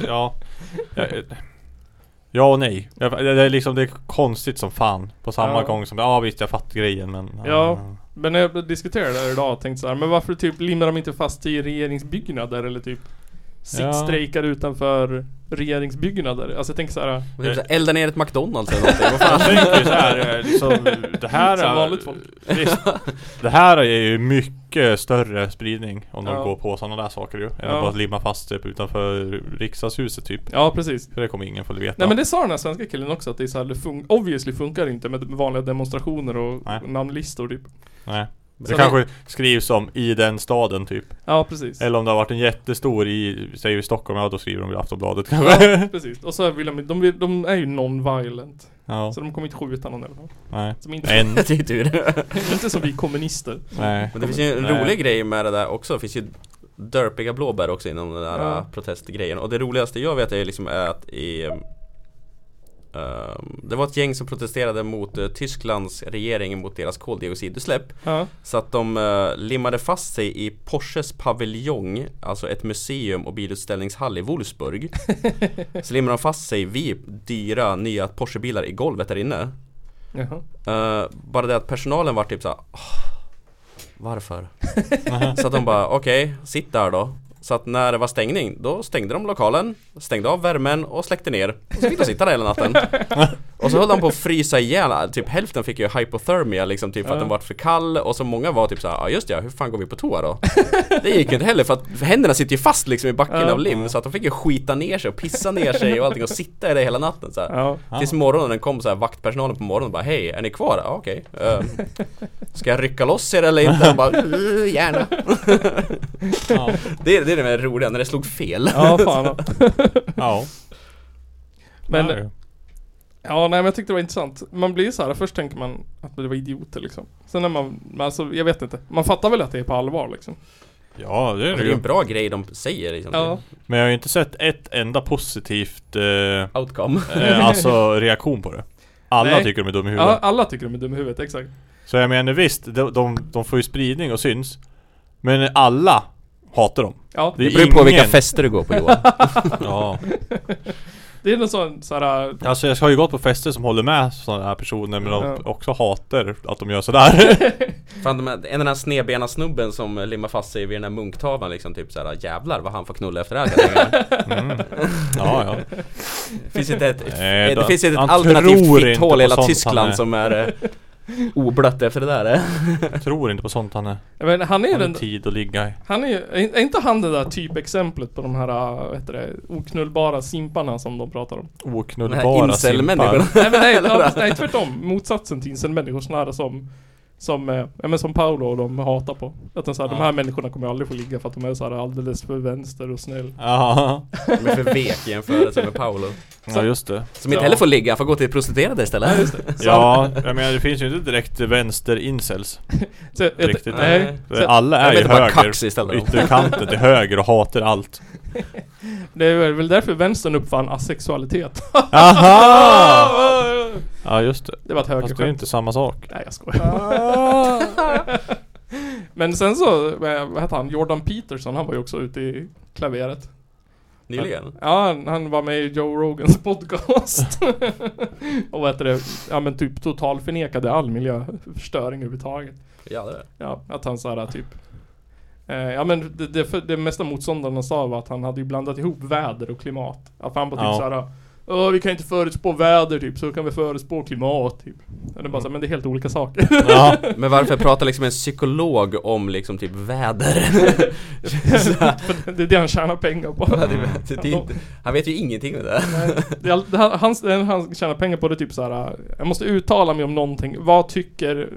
ja och nej. Det är liksom, det är konstigt som fan. På samma gång som, visst jag fattar grejen men... Ja, men när jag diskuterade det här idag och tänkte så här, men varför typ limmar de inte fast i regeringsbyggnader eller typ sittstrejkar utanför regeringsbyggnader? Alltså jag tänker så här, elda ner ett McDonald's eller någonting. Vad fan? Jag tänker så här, liksom, det här som vanligt folk. Det här är ju mycket större spridning om de går på sådana där saker ju. Än att bara limma fast typ utanför riksdagshuset typ. Ja, precis. För det kommer ingen få veta. Nej, men det sa den här svenska killen också, att det är så här, obviously funkar inte med vanliga demonstrationer och namnlistor typ. Nej. Det kanske skrivs om i den staden typ. Ja, precis. Eller om det har varit en jättestor i, säger vi Stockholm, då skriver de i Aftonbladet kanske. Ja, precis. Och så vill de är ju non-violent. Ja. Så de kommer inte skjuta någon eller något. Nej. Som inte, inte som vi kommunister. Nej. Men det finns ju en rolig grej med det där också. Det finns ju dörpiga blåbär också inom den där protestgrejen. Och det roligaste jag vet är liksom att det var ett gäng som protesterade mot Tysklands regering mot deras koldioxidutsläpp. Så att de limmade fast sig i Porsches paviljong, alltså ett museum och bilutställningshall i Wolfsburg. Så limmade de fast sig vid dyra nya Porsche-bilar i golvet där inne. Bara det att personalen var typ såhär, varför? Så att de bara, okej, sitt där då. Så att när det var stängning, då stängde de lokalen, stängde av värmen och släckte ner. Och så fick de sitta där hela natten. Och så höll de på att frysa ihjäl. Typ hälften fick ju hypothermia liksom, typ för att de var för kall. Och så många var typ såhär, just ja, hur fan går vi på toa då? Det gick ju inte heller, för att händerna sitter ju fast liksom i backen av lim. Så att de fick ju skita ner sig och pissa ner sig och allting och sitta i det hela natten så här. Tills morgonen kom så här, vaktpersonalen på morgonen och bara, hej, är ni kvar? Ja, okej. Ska jag rycka loss er eller inte? Och bara, gärna. Det är det med roliga, när det slog fel. Ja, fan. Ja. Men nej, men jag tyckte det var intressant. Man blir så här, först tänker man att det var idioter liksom. Sen när man, alltså jag vet inte. Man fattar väl att det är på allvar liksom. Ja, det är ju en bra grej de säger liksom. Ja. Men jag har ju inte sett ett enda positivt outcome. Alltså reaktion på det. Alla tycker de är dum i huvudet. Ja, alla tycker de är dum i huvudet, exakt. Så jag menar visst, de får ju spridning och syns. Men alla hatar dem. Ja. Det beror på vilka fester du går på, Johan. Ja. Det är någon sån här... Alltså jag har ju gått på fester som håller med sådana här personer, men de också hatar att de gör sådär. Fan, den här snedbena snubben som limmar fast sig vid den här munktavlan liksom, typ såhär, jävlar vad han får knulla efter det här. Ja. Det finns ett alternativt fitthål i hela Tyskland som är oblött efter det där. Jag tror inte på sånt han är. Men han är den tid att ligga i. Han är inte han det där typexemplet på de här oknullbara simparna som de pratar om. Oknullbara simpar. Nej, tvärtom. Motsatsen till incelmänniskor snarare som Paolo och de hatar på. Att de här människorna kommer aldrig få ligga för att de är så här alldeles för vänster och snäll. Ja. De är för vek jämförelse med Paolo. Ja, just det. Som inte heller får ligga, får gå till prostituerade istället. Ja, just det. Ja, jag menar det finns ju inte direkt vänster-incels. Riktigt. Nej. Alla är ju höger, ytterkanten till höger och hatar allt. Det är väl därför vänstern uppfann asexualitet. Aha! Ja, just det. Det var ett högerskämt. Fast det är inte samma sak. Nej, jag skojar. Men sen så, vad heter han? Jordan Peterson, han var ju också ute i klaveret. Nyligen? Ja, han var med i Joe Rogans podcast. Och vad heter det? Ja, men typ total förnekade all miljöförstöring överhuvudtaget. Ja, det är. Ja, att han så här typ ja, men det mesta motståndarna sa var att han hade ju blandat ihop väder och klimat. Att han bara typ så här: vi kan inte förutspå väder typ, så kan vi förutspå klimat typ. Det är bara så, men det är helt olika saker. Ja, men varför pratar liksom en psykolog om liksom typ väder? Det är det han tjänar pengar på. Han vet ju ingenting om det. Han tjänar pengar på det typ så här: jag måste uttala mig om någonting. Vad tycker,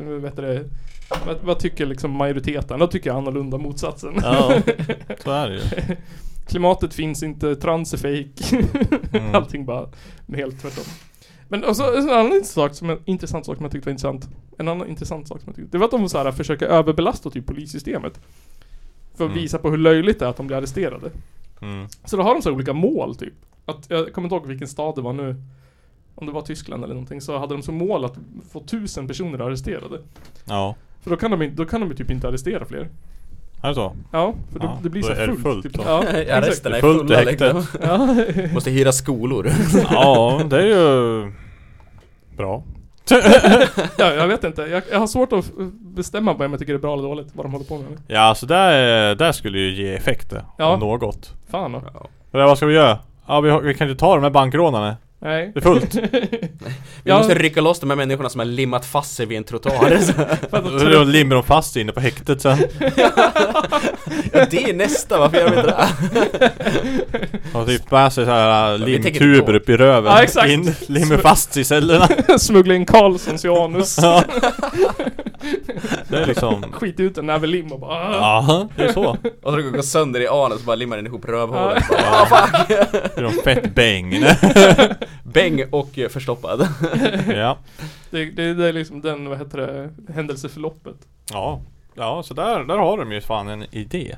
vad tycker liksom majoriteten? Då tycker jag annorlunda motsatsen. Ja, så är det ju. Klimatet finns inte, trans är fake. Allting bara helt tvärtom. Men också en annan intressant sak som jag tyckte var intressant. En annan intressant sak som jag tyckte, det var att de så här försöker överbelasta typ polissystemet. För att visa på hur löjligt det är att de blir arresterade. Så då har de så olika mål typ. Att, jag kommer inte ihåg vilken stad det var nu. Om det var Tyskland eller någonting, så hade de som mål att få 1000 personer arresterade. Ja. För då kan de typ inte arrestera fler. Är det så? Ja, för det blir så fullt. Typ. Ja, arresterna är fulla liksom. Ja. Måste hyra skolor. Ja, det är ju bra. Ja, jag vet inte. Jag har svårt att bestämma vad jag tycker är bra eller dåligt, vad de håller på med. Ja, alltså där skulle ju ge effekter om något. Fan då. Ja. Vad ska vi göra? Ja, vi kan inte ta de här bankrånarna. Nej. Det är fullt. Vi måste rycka loss de här människorna som har limmat fast sig vid en trottoar. Då limmar de fast inne på häktet sen. Ja, det är nästa, varför gör vi inte det? Och typ bär sig så här limtuber upp i röven. Ja, exakt. Limmer fast i cellerna. Smuggla in Karlssons i anus. Ja. Det är liksom skit ut en näve lim och bara ja, det är så. Och så går sönder i anus och bara limmar den ihop rövhålet. Fuck. Det är en fett bäng. Bäng och förstoppad. Ja. Det är liksom den, vad heter det, händelseförloppet. Ja, så där har de ju fan en idé.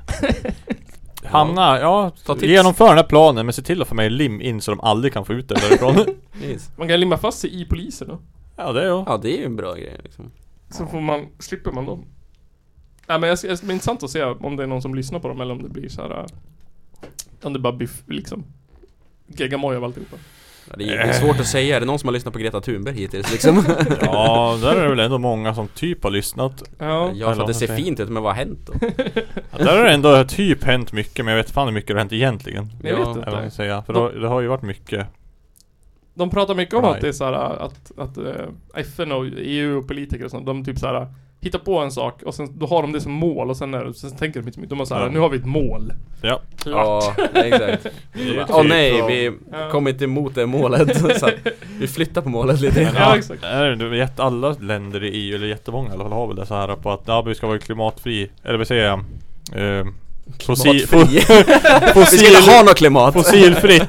Genomför den här planen, men se till att få med lim in så de aldrig kan få ut det därifrån. Man kan limma fast sig i polisen då. Ja, det är ju. Ja, det är ju en bra grej liksom. Så slipper man dem. Ja, men det ska bli intressant att se om det är någon som lyssnar på dem eller om det blir så här, om det bara blir liksom geggamoja av alltihopa. Ja, det är svårt att säga. Är det någon som har lyssnat på Greta Thunberg hittills liksom? Ja, där är det väl ändå många som typ har lyssnat. Ja, för att det ser fint ut, men vad har hänt då? Ja, där har det ändå typ hänt mycket, men jag vet fan hur mycket det har hänt egentligen. Jag vet inte. Säga. För det har ju varit mycket. De pratar mycket om att det är så här, att FN och EU och politiker och sånt, de typ så här hittar på en sak och sen då har de det som mål och sen tänker de inte mycket. De har så här, nu har vi ett mål. Ja. Klart. Ja, exakt. Nej, vi kommer inte emot det målet. Så vi flyttar på målet lite. Ja, exakt. Alla länder i EU, eller jättemånga i alla fall, har väl det så här på att vi ska vara klimatfri. Eller vad säger jag? Vi ska inte ha något klimat. Fossilfritt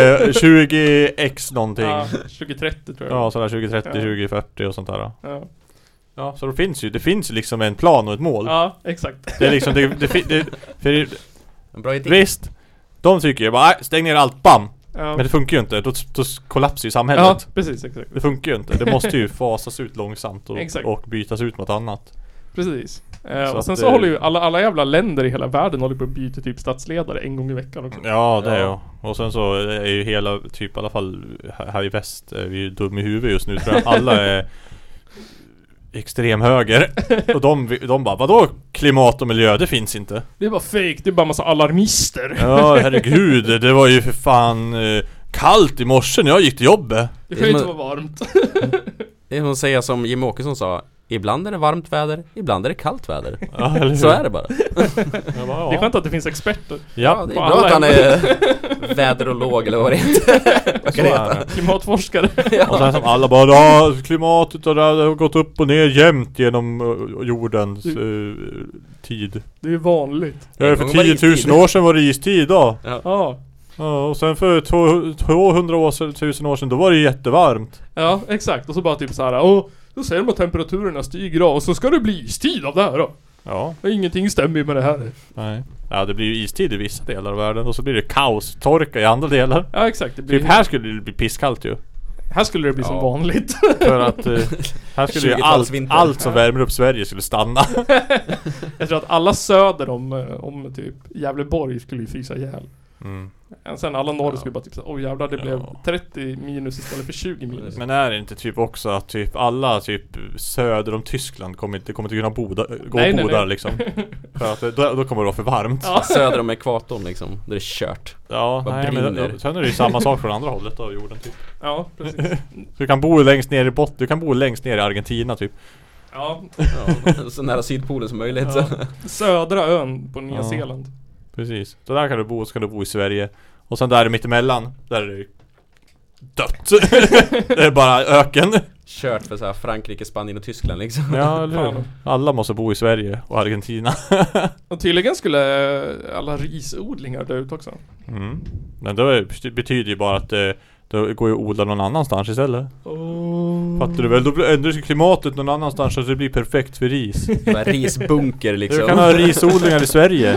20x någonting. Ja, 2030 tror jag. Ja, sådär 2030, 2040 och sånt där. Ja, så det finns liksom en plan och ett mål. Ja, exakt. Det är liksom en bra idé. Visst. De tycker ju bara stäng ner allt, bam. Ja. Men det funkar ju inte. Då kollapsar ju samhället. Ja, precis, exakt. Det funkar ju inte. Det måste ju fasas ut långsamt och bytas ut mot annat. Precis. Och sen så håller ju alla jävla länder i hela världen håller på att byta typ statsledare en gång i veckan också. Ja, det är ju. Och sen så är ju hela typ i alla fall här i väst är vi ju dum i huvudet just nu, tror jag. Alla är extrem höger. Och de bara, vadå klimat och miljö? Det finns inte. Det är bara fake, det är bara massa alarmister. Ja, herregud. Det var ju för fan kallt i morse när jag gick till jobbet. Det kan ju inte vara varmt. Det är som att säga som Jim Åkesson sa: ibland är det varmt väder, ibland är det kallt väder. Ja, så är det bara. Det är skönt att det finns experter. Ja, det är bra att han är väderolog eller vad det heter. Vad kan det heta? Klimatforskare. Och sen som alla bara, klimatet och det har gått upp och ner jämt genom jordens tid. Det är vanligt. Ja, för 10 000 år sedan var det istid då. Ja. Ja, och sen för 200 år, 1000 år sedan, då var det jättevarmt. Ja, exakt. Och så bara typ så här. Då säger de att temperaturerna stiger då, och så ska det bli istid av det här då. Ja. Ingenting stämmer med det här. Nej. Ja, det blir ju istid i vissa delar av världen, och så blir det kaos, torka i andra delar. Ja, exakt. Det blir typ här skulle det bli pisskallt ju. Här skulle det bli som vanligt. För att här skulle ju allt som värmer upp Sverige skulle stanna. Jag tror att alla söder om typ Gävleborg skulle ju frysa ihjäl. Sen alla norr skulle bara typ så, jävlar, det blev 30 minus istället för 20 minus. Men är det inte typ också att typ alla typ söder om Tyskland kommer inte kunna gå där liksom? För att då kommer det vara för varmt. Ja. Söder om ekvatorn liksom, det är kört. Ja, nej, men sen är det ju samma sak från andra hållet av jorden typ. Ja, precis. Du kan bo längst ner i botten, du kan bo längst ner i Argentina typ. Ja. Så nära Sydpolen som möjligt. Ja. Södra ön på Nya Zeeland. Precis. Så där kan du bo, och så kan du bo i Sverige. Och sen där mittemellan, där är det dött. Det är bara öken. Kört för så här Frankrike, Spanien och Tyskland liksom. Ja, eller alla måste bo i Sverige och Argentina. Och tydligen skulle alla risodlingar dö ut också. Men det betyder ju bara att då går ju att odla någon annanstans istället. Fattar du väl? Då ändrar sig klimatet någon annanstans så att det blir perfekt för ris. Risbunker liksom. Du kan ha risodlingar i Sverige.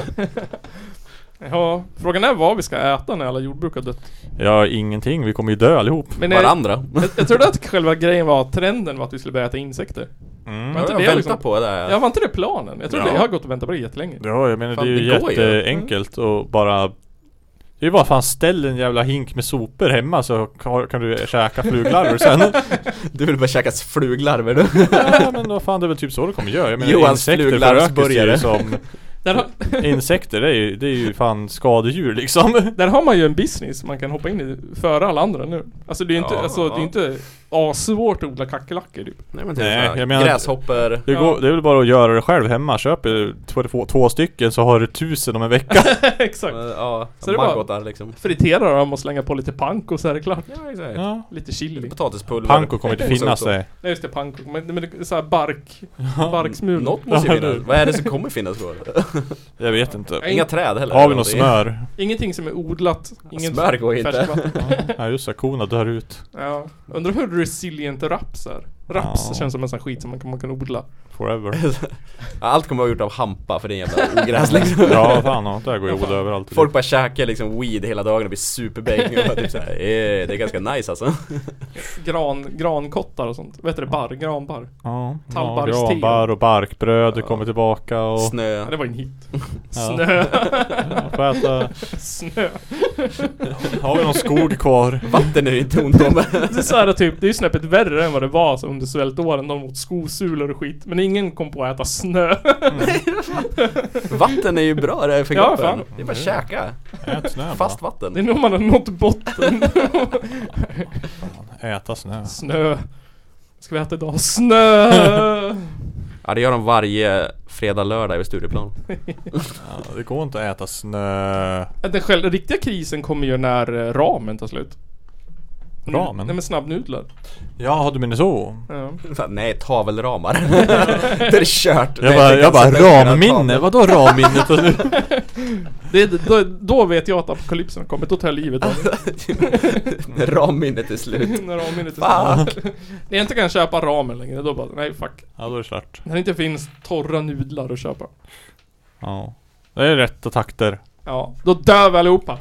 Ja, frågan är vad vi ska äta när alla jordbruk har dött. Ja, ingenting. Vi kommer ju dö allihop. Men varandra. Jag trodde att själva grejen var trenden var att vi skulle börja äta insekter. Var inte det liksom på det? Ja, var inte det planen? Jag trodde jag har gått och väntat på det jättelänge. Ja, jag menar det är ju jätteenkelt och bara... Det är bara fan ställ en jävla hink med sopor hemma så kan du käka fluglarver sen. Du vill bara käka fluglarver du? Ja, men vad fan, det är väl typ så det kommer göra. Jag menar, Johans fluglarvsburgare som... Insekter, det är ju fan skadedjur liksom. Där har man ju en business man kan hoppa in i före alla andra nu. Alltså det är inte, det är inte svårt att odla kackerlackor typ. Nej, men jag menar, gräshopper. Det är väl bara att göra det själv hemma. Köp 2 stycken så har du 1000 om en vecka. Exakt. Ja, så det är bara liksom. Fritera dem och slänga på lite panko så är det klart. Ja, exakt. Ja. Lite chili. Potatispulver. Panko kommer inte finnas det. Nej, just det, panko. Men det är så här barksmul. Något måste ju finnas. Vad är det som kommer finnas då? Jag vet inte. Inga träd heller. Har vi något smör? Ingenting som är odlat. Ingen smör går inte. Ja, just det. Korna dör ut. Ja. Undrar hur resilient raps är. Raps känns som en sån skit som man kan odla. Forever. Allt kommer att vara gjort av hampa för det är en jävla ogräs liksom. Ja, fan, det går ju odla överallt. Folk bara käkar liksom weed hela dagen och blir superbäng och typ såhär, det är ganska nice alltså. Grankottar och sånt. Vet du det? Granbar. Ja, granbar och barkbröd kommer tillbaka och... Snö. Ja, det var en hit. Snö. Snö. Har vi någon skog kvar? Vatten är det inte ont om. Det är så här, typ, det är ju snäppet värre än vad det var så under svältåren. De mot skosulor och skit. Men ingen kom på att äta snö. Vatten är ju bra det för kroppen. Fan. Det är bara att käka. Ät snö bara. Fast vatten. Det är nog man har nått botten. Äta snö. Snö. Ska vi äta idag? Snö! Ja, det gör de varje fredag, lördag i Stureplan. Ja, det går inte att äta snö. Den riktiga krisen kommer ju när ramen tar slut. Ramen? Nej, men snabbnudlar. Ja, du menar så? Ja. Nej, tavelramar. Det är kört. Jag bara ramminne. Vadå ramminnet? Då vet jag att apokalypsen har kommit. Då tar jag livet av när ramminnet är slut. När ramminnet är slut. När jag inte kan köpa ramen längre, då bara, nej fuck. Ja, då är det klart. När det inte finns torra nudlar att köpa. Ja, det är rätta takter. Ja, då dör vi allihopa.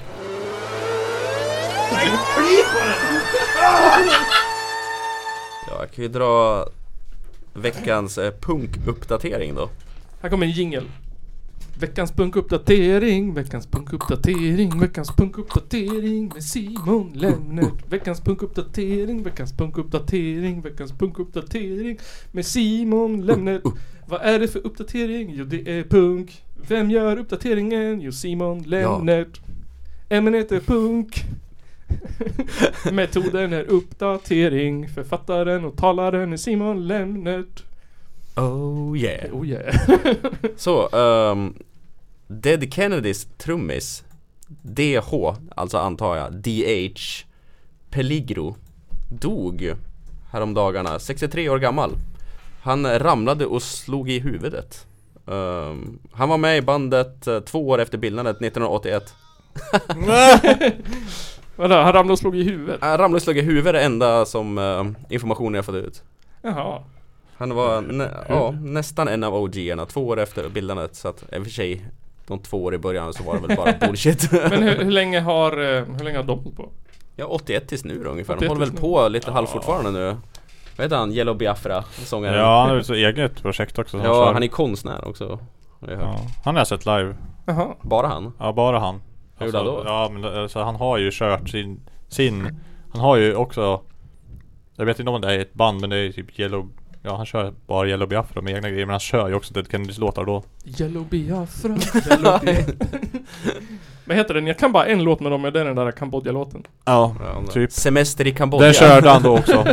Ja, jag kan ju dra veckans punkuppdatering då. Här kommer en jingle. Veckans punkuppdatering, veckans punkuppdatering, veckans punkuppdatering med Simon Lennart. Veckans punkuppdatering, veckans punkuppdatering, veckans punkuppdatering med Simon Lennart. Vad är det för uppdatering? Jo, det är punk. Vem gör uppdateringen? Jo, Simon Lennart. Ämnet är punk. Metoden är uppdatering. Författaren och talaren är Simon Lennart. Oh yeah. Oh yeah. Så, Dead Kennedys trummis DH, alltså antar jag DH Peligro, dog häromdagarna, 63 år gammal. Han ramlade och slog i huvudet. Han var med i bandet 2 år efter bildandet, 1981. Vadå, han ramlade och slog i huvudet? Han ramlade och slog i huvudet är det enda som informationen jag fått ut. Jaha. Han var nästan en av OG-erna 2 år efter bildandet. Så att i och för sig de 2 år i början så var det väl bara bullshit. Men hur länge har de hållit på? Ja, 81 tills nu ungefär. De håller väl på lite halvfortfarande nu. Vad heter han? Yellow Biafra, sångaren. Ja, han har ju så eget projekt också. Ja, han är konstnär också. Ja, han har jag sett live. Jaha. Bara han? Ja, bara han. Hur då? Ja, men alltså, han har ju kört sin han har ju också, jag vet inte om det är ett band, men det är typ Yellow. Ja, han kör bara Yellow Biafra med egna grejer, men han kör ju också Dead Kennedys låtar då. Yellow Biafra, Yellow Biafra. Vad heter den? Jag kan bara en låt med dem, det är den där Kambodja-låten. Ja, typ. Semester i Kambodja. Den körde han då också.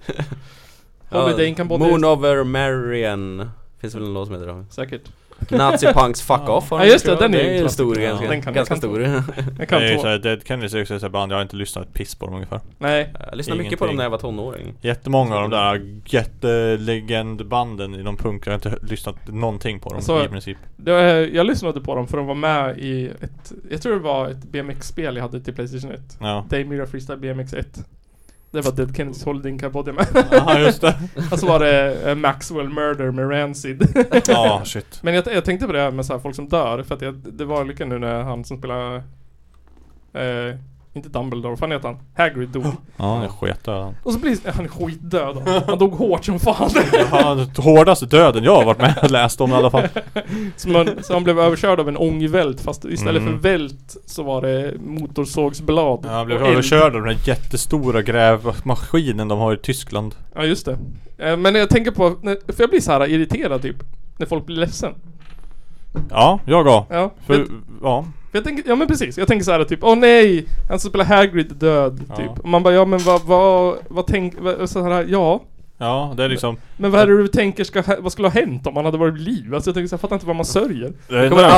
Moon over Marian. Finns väl en låt som heter det? Säkert. Nazi-punks fuck off. Ja, just det, den är stor, ganska stor. Jag kan ta. Dead Kennedys är också ett band, jag har inte lyssnat ett piss på dem ungefär. Nej. Jag lyssnade mycket på dem när jag var tonåring. Jättemånga av de där jättelegendbanden inom punk, jag har inte lyssnat någonting på dem alltså, i princip. Jag lyssnade på dem för de var med i jag tror det var ett BMX-spel jag hade till PlayStation 1. Ja. Daymira Freestyle BMX 1. Det var Dead Kennedys Holding Kambodja med. Ja, just det. Alltså var det Maxwell Murder med Rancid. Ja, shit. Men jag tänkte på det här med så här folk som dör. För att det var lycka nu när han som spelar inte Dumbledore, vad fan heter han? Hagrid dog. Ja, han är skitdöd. Och så blir han skitdöd. Han dog hårt som fan. Ja, hårdaste döden jag har varit med och läst om i alla fall. Så han blev överkörd av en ångvält, fast istället för vält så var det motorsågsblad. Ja, han blev överkörd av den här jättestora grävmaskinen de har i Tyskland. Ja, just det. Men jag tänker på, för jag blir så här irriterad typ när folk blir ledsen. Ja, jag går. Ja. Ja. Jag tänker, ja men precis, jag tänker så här typ, åh nej, han som spelar Hagrid död typ. Och man bara, ja men vad tänker, så här, ja. Ja, det är liksom. Men vad är det du tänker vad skulle ha hänt om han hade varit vid liv? Alltså jag tänker så jag fattar inte vad man sörjer. Det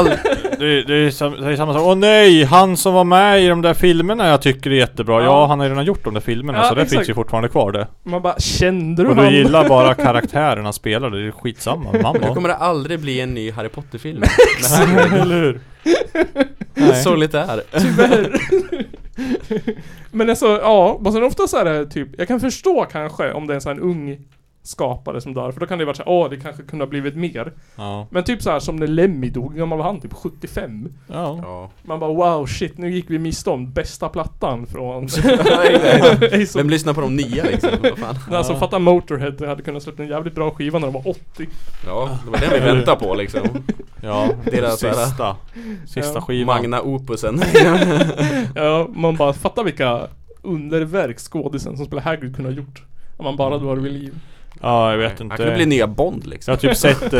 är samma sak. Åh nej, han som var med i de där filmerna jag tycker är jättebra. Ja, han har ju redan gjort de där filmerna, så det finns ju fortfarande kvar det. Man bara, kände du och du gillar bara karaktärerna spelar, det är skitsamma. Det kommer det aldrig bli en ny Harry Potter-film. Eller hur? Så lite är. Tyvärr. Men alltså, ja, och sen ofta så är det typ, jag kan förstå kanske om det är en sån här ung skapare som dör, för då kan det vara så här, det kanske kunde ha blivit mer. Ja. Men typ så här som när Lemmy dog, gammal var han typ 75. Ja. Man bara, wow, shit, nu gick vi miste om bästa plattan från Vem lyssnar på de nya liksom? Alltså fatta Motorhead hade kunnat släppa en jävligt bra skiva när de var 80. Ja, det var det vi väntade på liksom. Ja, deras sista skivan. Magna opusen. Ja, man bara fattar vilka underverk skådisen som spelar Hagrid kunde ha gjort. Om man bara då var vid liv. Ja, jag vet inte. Han kunde bli nya Bond liksom. Jag har typ sett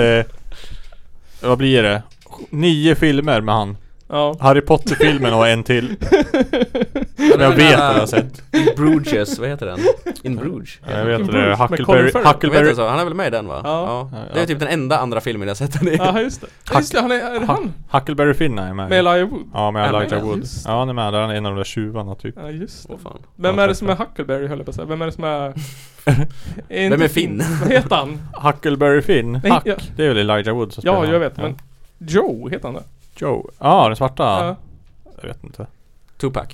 vad blir det? 9 filmer med han. Ja. Harry Potter-filmen och en till. Men jag vet vad jag har sett. Bruges, vad heter den? In Bruges. Ja, jag vet det. Huckleberry. Han är väl med i den va? Ja. Det är typ den enda andra filmen jag sett den i. Ja, just det. Just det, är det han? Huckleberry Finn är med. Med Elijah Wood. Ja, med Elijah Wood. Ja, han är med. Han är en av de där tjuvarna typ. Ja, just det. Fan. Vem är det som är Huckleberry, höll jag på att säga? Vem är det som är... Vem är Finn? Vad heter han? Huckleberry Finn. Nej, ja. Det är väl Elijah Wood som spelar. Ja, jag vet, men Joe heter han det? Joe. Ja, den svarta. Ja. Jag vet inte. Tupac.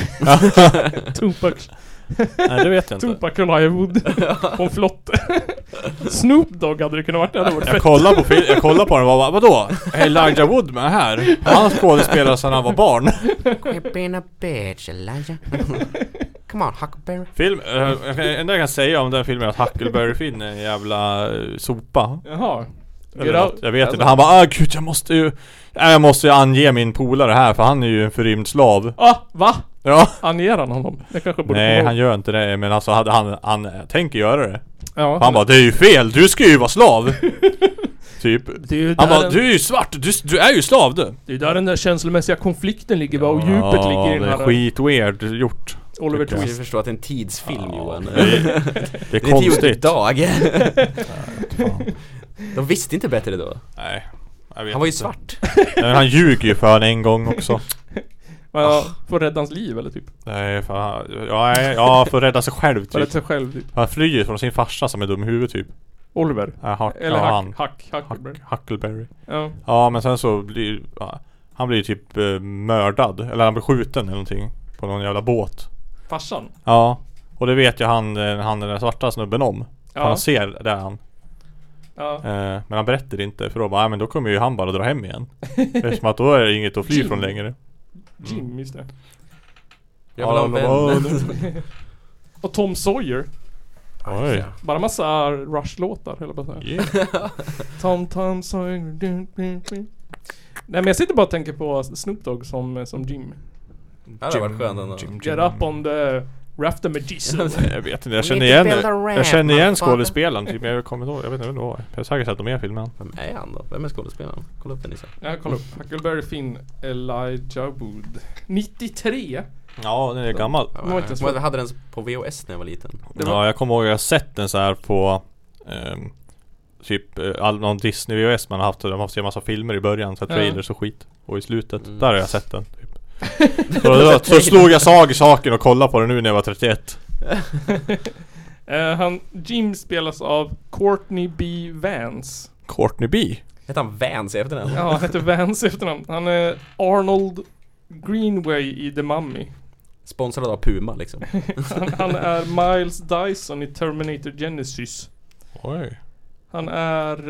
Tupac. Nej, det vet jag inte. Tupac och Elijah Wood på en flotte. Snoop Dogg hade det kunnat varit det. Jag kollade på den och bara, vadå? Är Elijah Wood med här? Han skådespelade sedan han var barn. Quit being a bitch, Elijah. Come on, Huckleberry. Enda jag kan säga om den filmen är att Huckleberry Finn är en jävla sopa. Jaha. Jag vet inte. Han bara, gud jag måste ju ange min polare här, för han är ju en förrymd slav. Va? Ja. Anger han honom? Nej, han gör inte det. Men alltså han tänker göra det. Ja, han bara, det är ju fel, du ska ju vara slav. Typ. Han bara, du är ju svart, du är ju slav du. Det är där den där känslomässiga konflikten ligger, och djupet ligger i den här. Det är skit weird gjort. Oliver Twist. Jag förstår att det är en tidsfilm, Johan. Det är konstigt. Dag. De visste inte bättre då. Nej, han var ju svart. Men han ljuger ju för en gång också. För att rädda hans liv eller typ? Nej, för att rädda sig själv typ. Sig själv, typ. Han flyr från sin farsa som är dum i huvudet typ. Oliver? Eller Huckleberry. Huckleberry. Ja. Ja, men sen så blir Han blir ju typ mördad. Eller han blir skjuten eller någonting. På någon jävla båt. Farsan? Ja. Och det vet ju han den där svarta snubben om. Ja. Han ser där han. Ja. Men han berättar inte. För då bara, men då kommer ju han bara dra hem igen. Det är som att då är det inget att fly från längre. Jim, just det. Jag vill ha en vän. Och Tom Sawyer. Oj. Bara massa Rush-låtar hela tiden. Yeah. Tom Sawyer. Nej, men jag sitter bara och tänker på Snoop Dogg som Jim. Det hade varit skönt ändå. Get up on the rafter med Jesus. Jag vet inte, jag känner igen skådespelaren typ, jag kommer ihåg, jag vet inte vad. Jag har säkert sett dem i filmen. Vem är han då? Vem är skådespelaren? Kolla upp den Nisse. Ja, kolla upp. Huckleberry Finn, Elijah Wood. 93. Ja, den är gammal. Jag hade den på VHS när jag var liten. Ja, jag kommer ihåg, jag har sett den så här på typ någon Disney VHS man har haft. De har haft en massa filmer i början, så trailers och skit. Och i slutet, där har jag sett den typ. Så slog jag i saken och kollade på den nu när jag var 31. Jim spelas av Courtney B. Vance. Courtney B? Heter han Vance i efternamn? Ja, han heter Vance i efternamn. Han är Arnold Greenway i The Mummy. Sponsrad av Puma liksom. han är Miles Dyson i Terminator Genesis. Oj. Han är...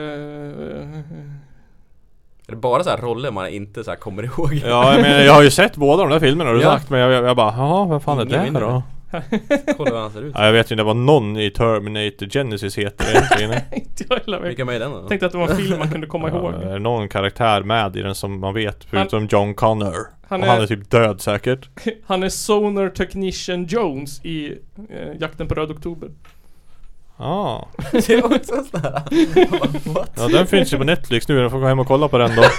Är det bara så här roller man inte så här kommer ihåg? Ja, jag har ju sett båda de där filmerna, har du sagt. Men jag bara, jaha, vad fan är det då? Kolla vad han ser ut. Ja, jag vet ju, det var någon i Terminator Genesis heter det egentligen. Inte jag heller. Vilka med i den då? Tänkte att det var en film man kunde komma ihåg. Det är någon karaktär med i den som man vet, förutom John Connor. Han är typ död säkert. Han är Sonar Technician Jones i Jakten på Röd Oktober. Ja. Det är också sådär. Ja, den finns ju på Netflix nu. Jag får gå hem och kolla på den då.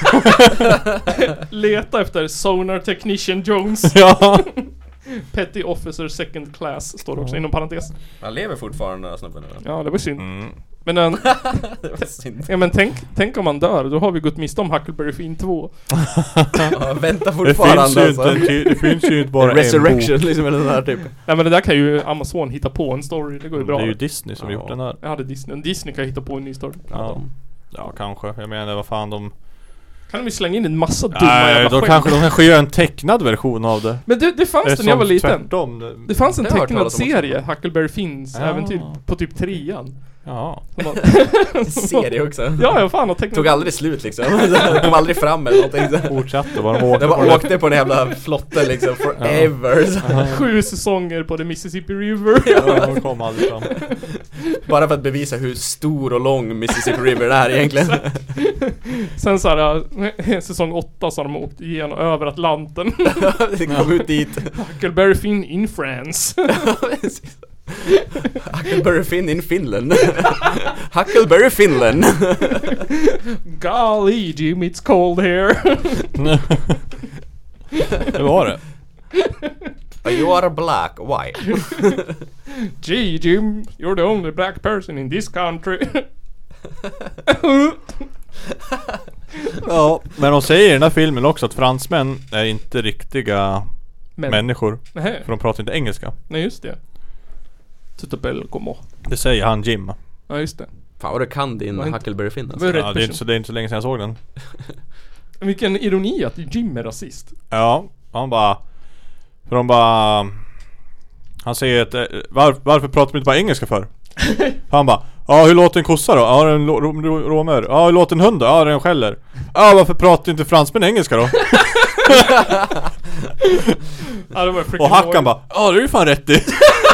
Leta efter Sonar Technician Jones. Ja. Petty Officer Second Class står det också inom parentes. Han lever fortfarande, snubben. Ja, det var synd. Men det var synd. Ja, men tänk om han dör. Då har vi gått miste om Huckleberry Finn 2. Ja, vänta fortfarande. Det finns ju inte bara Resurrection liksom, eller den här typ. Nej, men det där kan ju Amazon hitta på en story. Det går ju bra. Det är ju Disney som gjort den här. Ja, det är Disney. Disney kan hitta på en ny story. Ja, kanske. Jag menar, vad fan de... Kan de ju slänga in en massa dumma jävla de kanske gör en tecknad version av det. Men det fanns det när jag var liten. Tvärtom. Det fanns en tecknad serie, Huckleberry Finns äventyr på typ 3:an. Ja. Serie också. Ja, jag fan har tecknat. Tog aldrig slut liksom. Kom aldrig fram eller någonting. Fortsatte bara åkte på en jävla flotte liksom forever. 7 säsonger på the Mississippi River. Ja, kom aldrig fram. Bara för att bevisa hur stor och lång Mississippi River är egentligen. Sen så här, säsong 8 så har de åkt igenom över Atlanten. Det kom ut dit. Huckleberry Finn in France. Huckleberry Finn in Finland. Huckleberry Finland. Golly Jim, it's cold here. Det var det. You are black, why? Gee Jim, you're the only black person in this country. Ja, men de säger i den här filmen också att fransmän är inte riktiga människor. Nähä. För de pratar inte engelska. Nej, just det. Det säger han Jim. Ja, just det. Fan vad du kan din Huckleberry Finn alltså. Ja, det är inte så länge sedan jag såg den. Vilken ironi att Jim är rasist. Ja, han bara... För de bara... Han säger att... Varför pratar de inte bara engelska för? Han bara... Ja, hur låter en kossa då? Ja, en råmör. Ja, hur låter en hund då? Ja, den skäller. Ja, varför pratar inte fransmän engelska då? Ja, det var och Hackan bara... Ja, det är ju fan rätt i.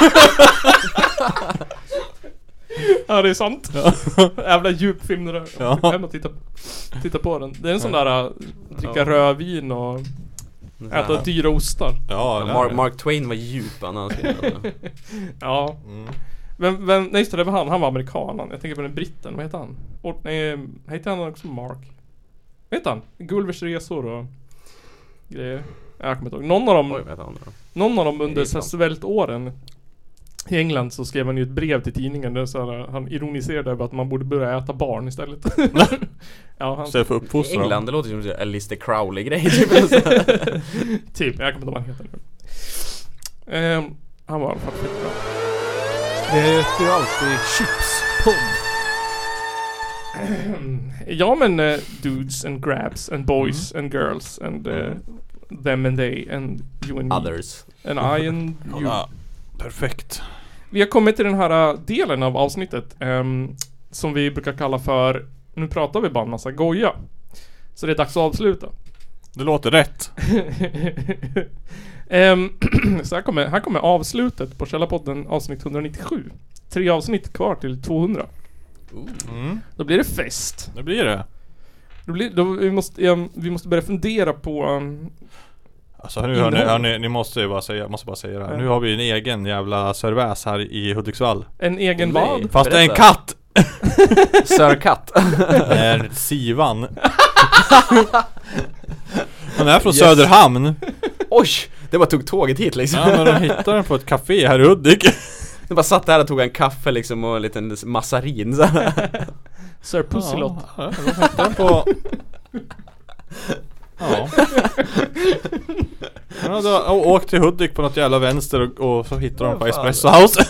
Ja, det är sant. Jävla djupfilm det där. Ja. Hem och titta på den. Det är en sån där dricka rödvin och äta dyra ostar. Ja, Mark Twain var djup han skrev. Ja. Vem nej, just det var han var amerikanen. Jag tänker på den britten. Vad heter han? Heter han också Mark? Vad heter han? Gulvers resor och grejer. Jag kommer inte ihåg. Någon av dem under så svältåren i England så skrev han ju ett brev till tidningen där så här, han ironiserade över att man borde börja äta barn istället. Ja, han istället för uppfostran. England, det låter som en Lister Crowley-grej. Typ, jag kommer inte ihåg vad han heter nu. Han var i alla fall fett bra. Det heter ju alltid chipspodd. Ja men dudes and grabs and boys and girls and them and they and you and others and I and you. Ja, perfekt. Vi har kommit till den här delen av avsnittet som vi brukar kalla för nu pratar vi bara en massa goja. Så det är dags att avsluta. Det låter rätt. Så här kommer avslutet på Källarpodden avsnitt 197. 3 avsnitt kvar till 200. Då blir det fest. Det blir det. Vi måste börja fundera på alltså nu hörni, ni måste ju bara säga, jag måste bara säga det här. Nu har vi en egen jävla serväs här i Hudiksvall. En egen vad? Fast det är en katt. Sörkatt. Det är Sivan. Han är från Söderhamn. Oj, det bara tog tåget hit liksom. Ja, men de hittade den på ett café här i Hudik. De bara satt där och tog en kaffe liksom och en liten massarin så. Sir Pusselot. Ja, de hittade den på... Ja. Han hade åkt till Hudik på något jävla vänster och så hittade de på Espresso House.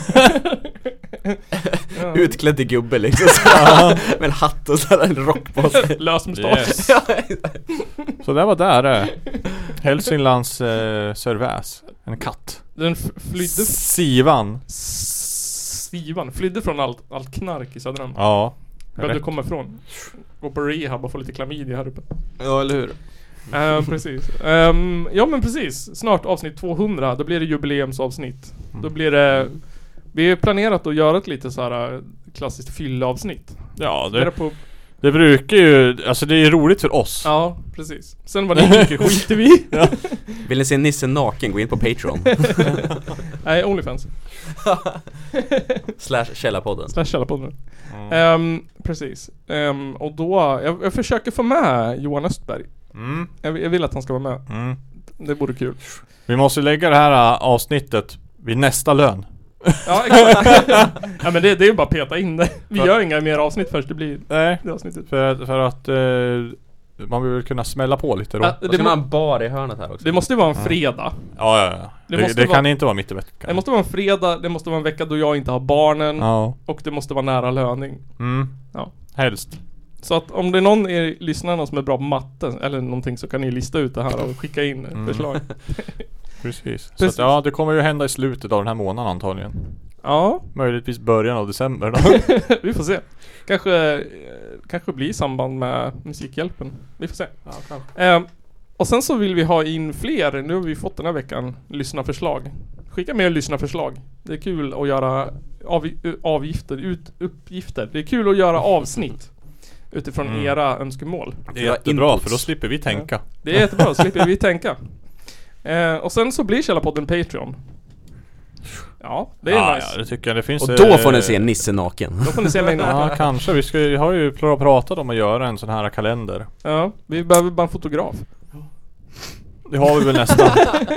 Utklädd till gubbe liksom. Med en hatt och så en rock på sig. Lös mustasch. Yes. Så det var där. Hälsinglands serväs. En katt. Den flydde Sivan flydde från allt knark i Söderhamn. Ja. Behövde komma ifrån. Gå på rehab och få lite klamydia här uppe. Ja, eller hur? Precis. Ja men precis. Snart avsnitt 200. Då blir det jubileumsavsnitt. Då blir det... Vi har planerat att göra ett lite så här klassiskt fyllavsnitt. Ja, det brukar ju... Alltså det är roligt för oss. Ja, precis. Sen var det mycket skiter vi. Ja. Vill ni se Nisse naken? Gå in på Patreon. Nej, Onlyfans. /Källarpodden. Precis. Och då... Jag försöker få med Johan Östberg. Jag vill att han ska vara med. Det vore kul. Vi måste lägga det här avsnittet vid nästa lön. Ja, exakt. Ja, men det är ju bara att peta in det. Vi gör inga mer avsnitt först det blir det avsnittet. För att man vill kunna smälla på lite då. Det man en bar i hörnet här också. Det måste vara en fredag. Ja. Det kan inte vara mitt i veckan. Det måste vara en fredag, det måste vara en vecka då jag inte har barnen. Ja. Och det måste vara nära löning. Ja. Helst. Så att om det är någon i lyssnarna som är bra på matte eller någonting så kan ni lista ut det här och skicka in förslag. Precis. Så att, ja, det kommer ju hända i slutet av den här månaden antagligen. Ja. Möjligtvis början av december då. Vi får se. Kanske blir i samband med Musikhjälpen. Vi får se. Ja, kanske. Och sen så vill vi ha in fler. Nu har vi fått den här veckan lyssnarförslag. Skicka med lyssnarförslag. Det är kul att göra uppgifter. Det är kul att göra avsnitt utifrån era önskemål. Det är jättebra för då slipper vi tänka. Det är jättebra, då slipper vi tänka. Och sen så blir Källarpodden Patreon. Ja, det är nice. Ja, det tycker jag det finns. Och då får ni se Nisse naken. Då får ni se mig naken. Ja, kanske. Vi har ju pratat om att göra en sån här kalender. Ja, vi behöver bara en fotograf. Det har vi väl nästan.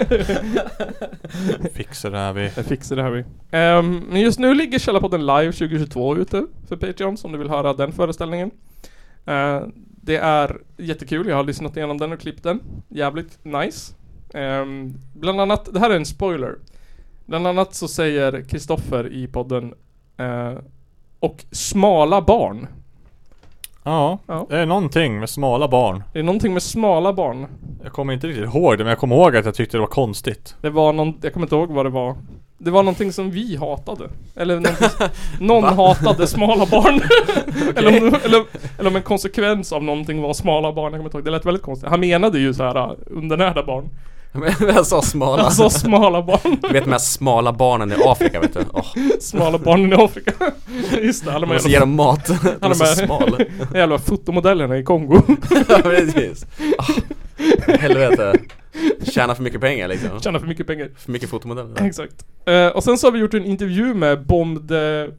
Fixar det här vi. Men just nu ligger Källarpodden live 2022 ute för Patreon om du vill höra den föreställningen. Det är jättekul. Jag har lyssnat igenom den och klippt den. Jävligt nice. Bland annat, det här är en spoiler. Bland annat så säger Kristoffer i podden och smala barn. Ja, det är någonting med smala barn. Det är någonting med smala barn. Jag kommer inte riktigt ihåg det, men jag kommer ihåg att jag tyckte det var konstigt. Det var jag kommer inte ihåg vad det var. Det var någonting som vi hatade. Eller någon hatade smala barn. eller om en konsekvens av någonting var smala barn. Jag kommer inte ihåg. Det lät väldigt konstigt. Han menade ju så här undernärda barn. Men jag sa smala. Jag sa smala barn. Du vet de här smala barnen i Afrika, vet du. Smala barnen i Afrika. Just det, alla de måste ge dem mat. De är så smal. Jävla fotomodellerna i Kongo. Ja, precis. Helvete. Tjäna för mycket pengar liksom. Tjäna för mycket pengar. För mycket fotomodeller. Exakt. Och sen så har vi gjort en intervju med Bomb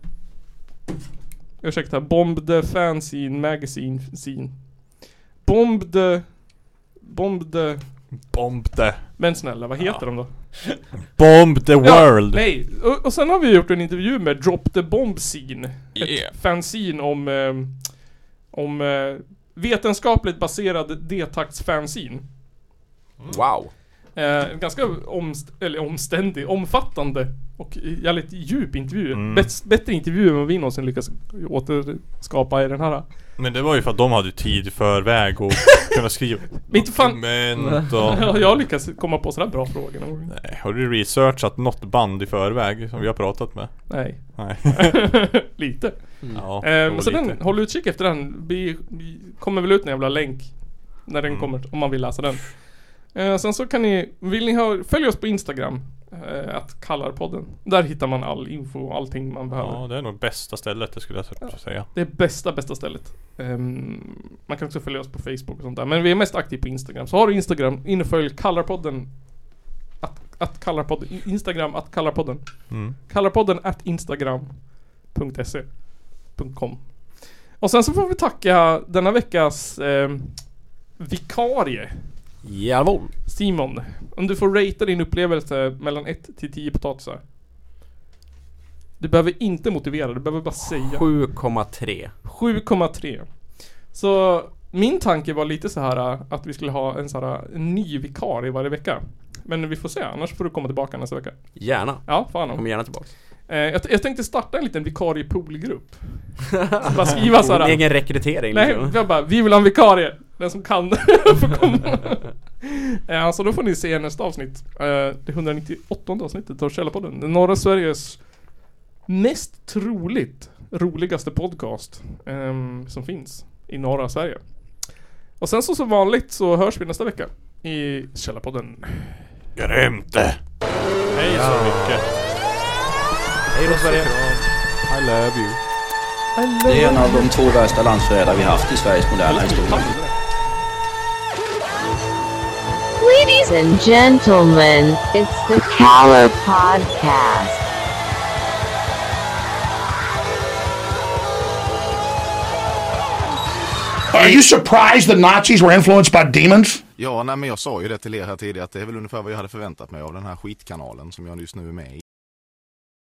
the Fanzine Magazine Scene. Bomb the. Men snälla, vad heter de då? Bomb the world. Nej, och sen har vi gjort en intervju med Drop the Bomb Scene. Ett fanzine om vetenskapligt baserad D-takts fanzine. Wow. Ganska omständig, omfattande och jävligt djup intervju. Bättre intervju än vad vi någonsin lyckas återskapa i den här. Men det var ju för att de hade tid för väg och kunna skriva dokument och... Jag lyckas komma på sådär bra frågor. Nej, har du researchat något band i förväg som vi har pratat med? Nej. Lite. Ja, så den, håll utkik efter den. Vi kommer väl ut en jävla länk när den kommer, om man vill läsa den. Sen så kan ni, följ oss på Instagram, att Kallarpodden. Där hittar man all info och allting man behöver. Ja, det är nog bästa stället, det skulle jag säga. Det är bästa stället. Man kan också följa oss på Facebook och sånt där. Men vi är mest aktiva på Instagram. Så har du Instagram, infölj Kallarpodden. Att Kallarpodden. Instagram att Kallarpodden. Kallarpodden at instagram.se.com. Och sen så får vi tacka denna veckas vikarie. Jawohl. Simon, om du får ratea din upplevelse mellan 1 till 10 potatisar. Du behöver inte motivera, du behöver bara säga 7,3. 7,3. Så min tanke var lite så här att vi skulle ha en ny vikarie varje vecka. Men vi får se, annars får du komma tillbaka nästa vecka. Gärna. Ja, fan. Kom gärna tillbaka. Jag tänkte starta en liten vikariepoolgrupp. Bara skriva så här. En egen rekrytering. Nej, vi vill ha en vikarie. Den som kan får komma. Så då får ni se nästa avsnitt. Det 198 avsnittet av Källarpodden. Norra Sveriges mest roligaste podcast som finns i norra Sverige. Och sen så som vanligt så hörs vi nästa vecka i Källarpodden. Grymt! Hej så mycket! Hej då Sverige! I love you! Det är en av de 2 värsta landsförrädare vi haft i Sveriges moderna historia. Ladies and gentlemen, it's the Caller Podcast. Are you surprised that Nazis were influenced by demons? Ja, nej, men jag sa ju det till er här tidigare att det är väl ungefär vad jag hade förväntat mig av den här skitkanalen som jag just nu är med i.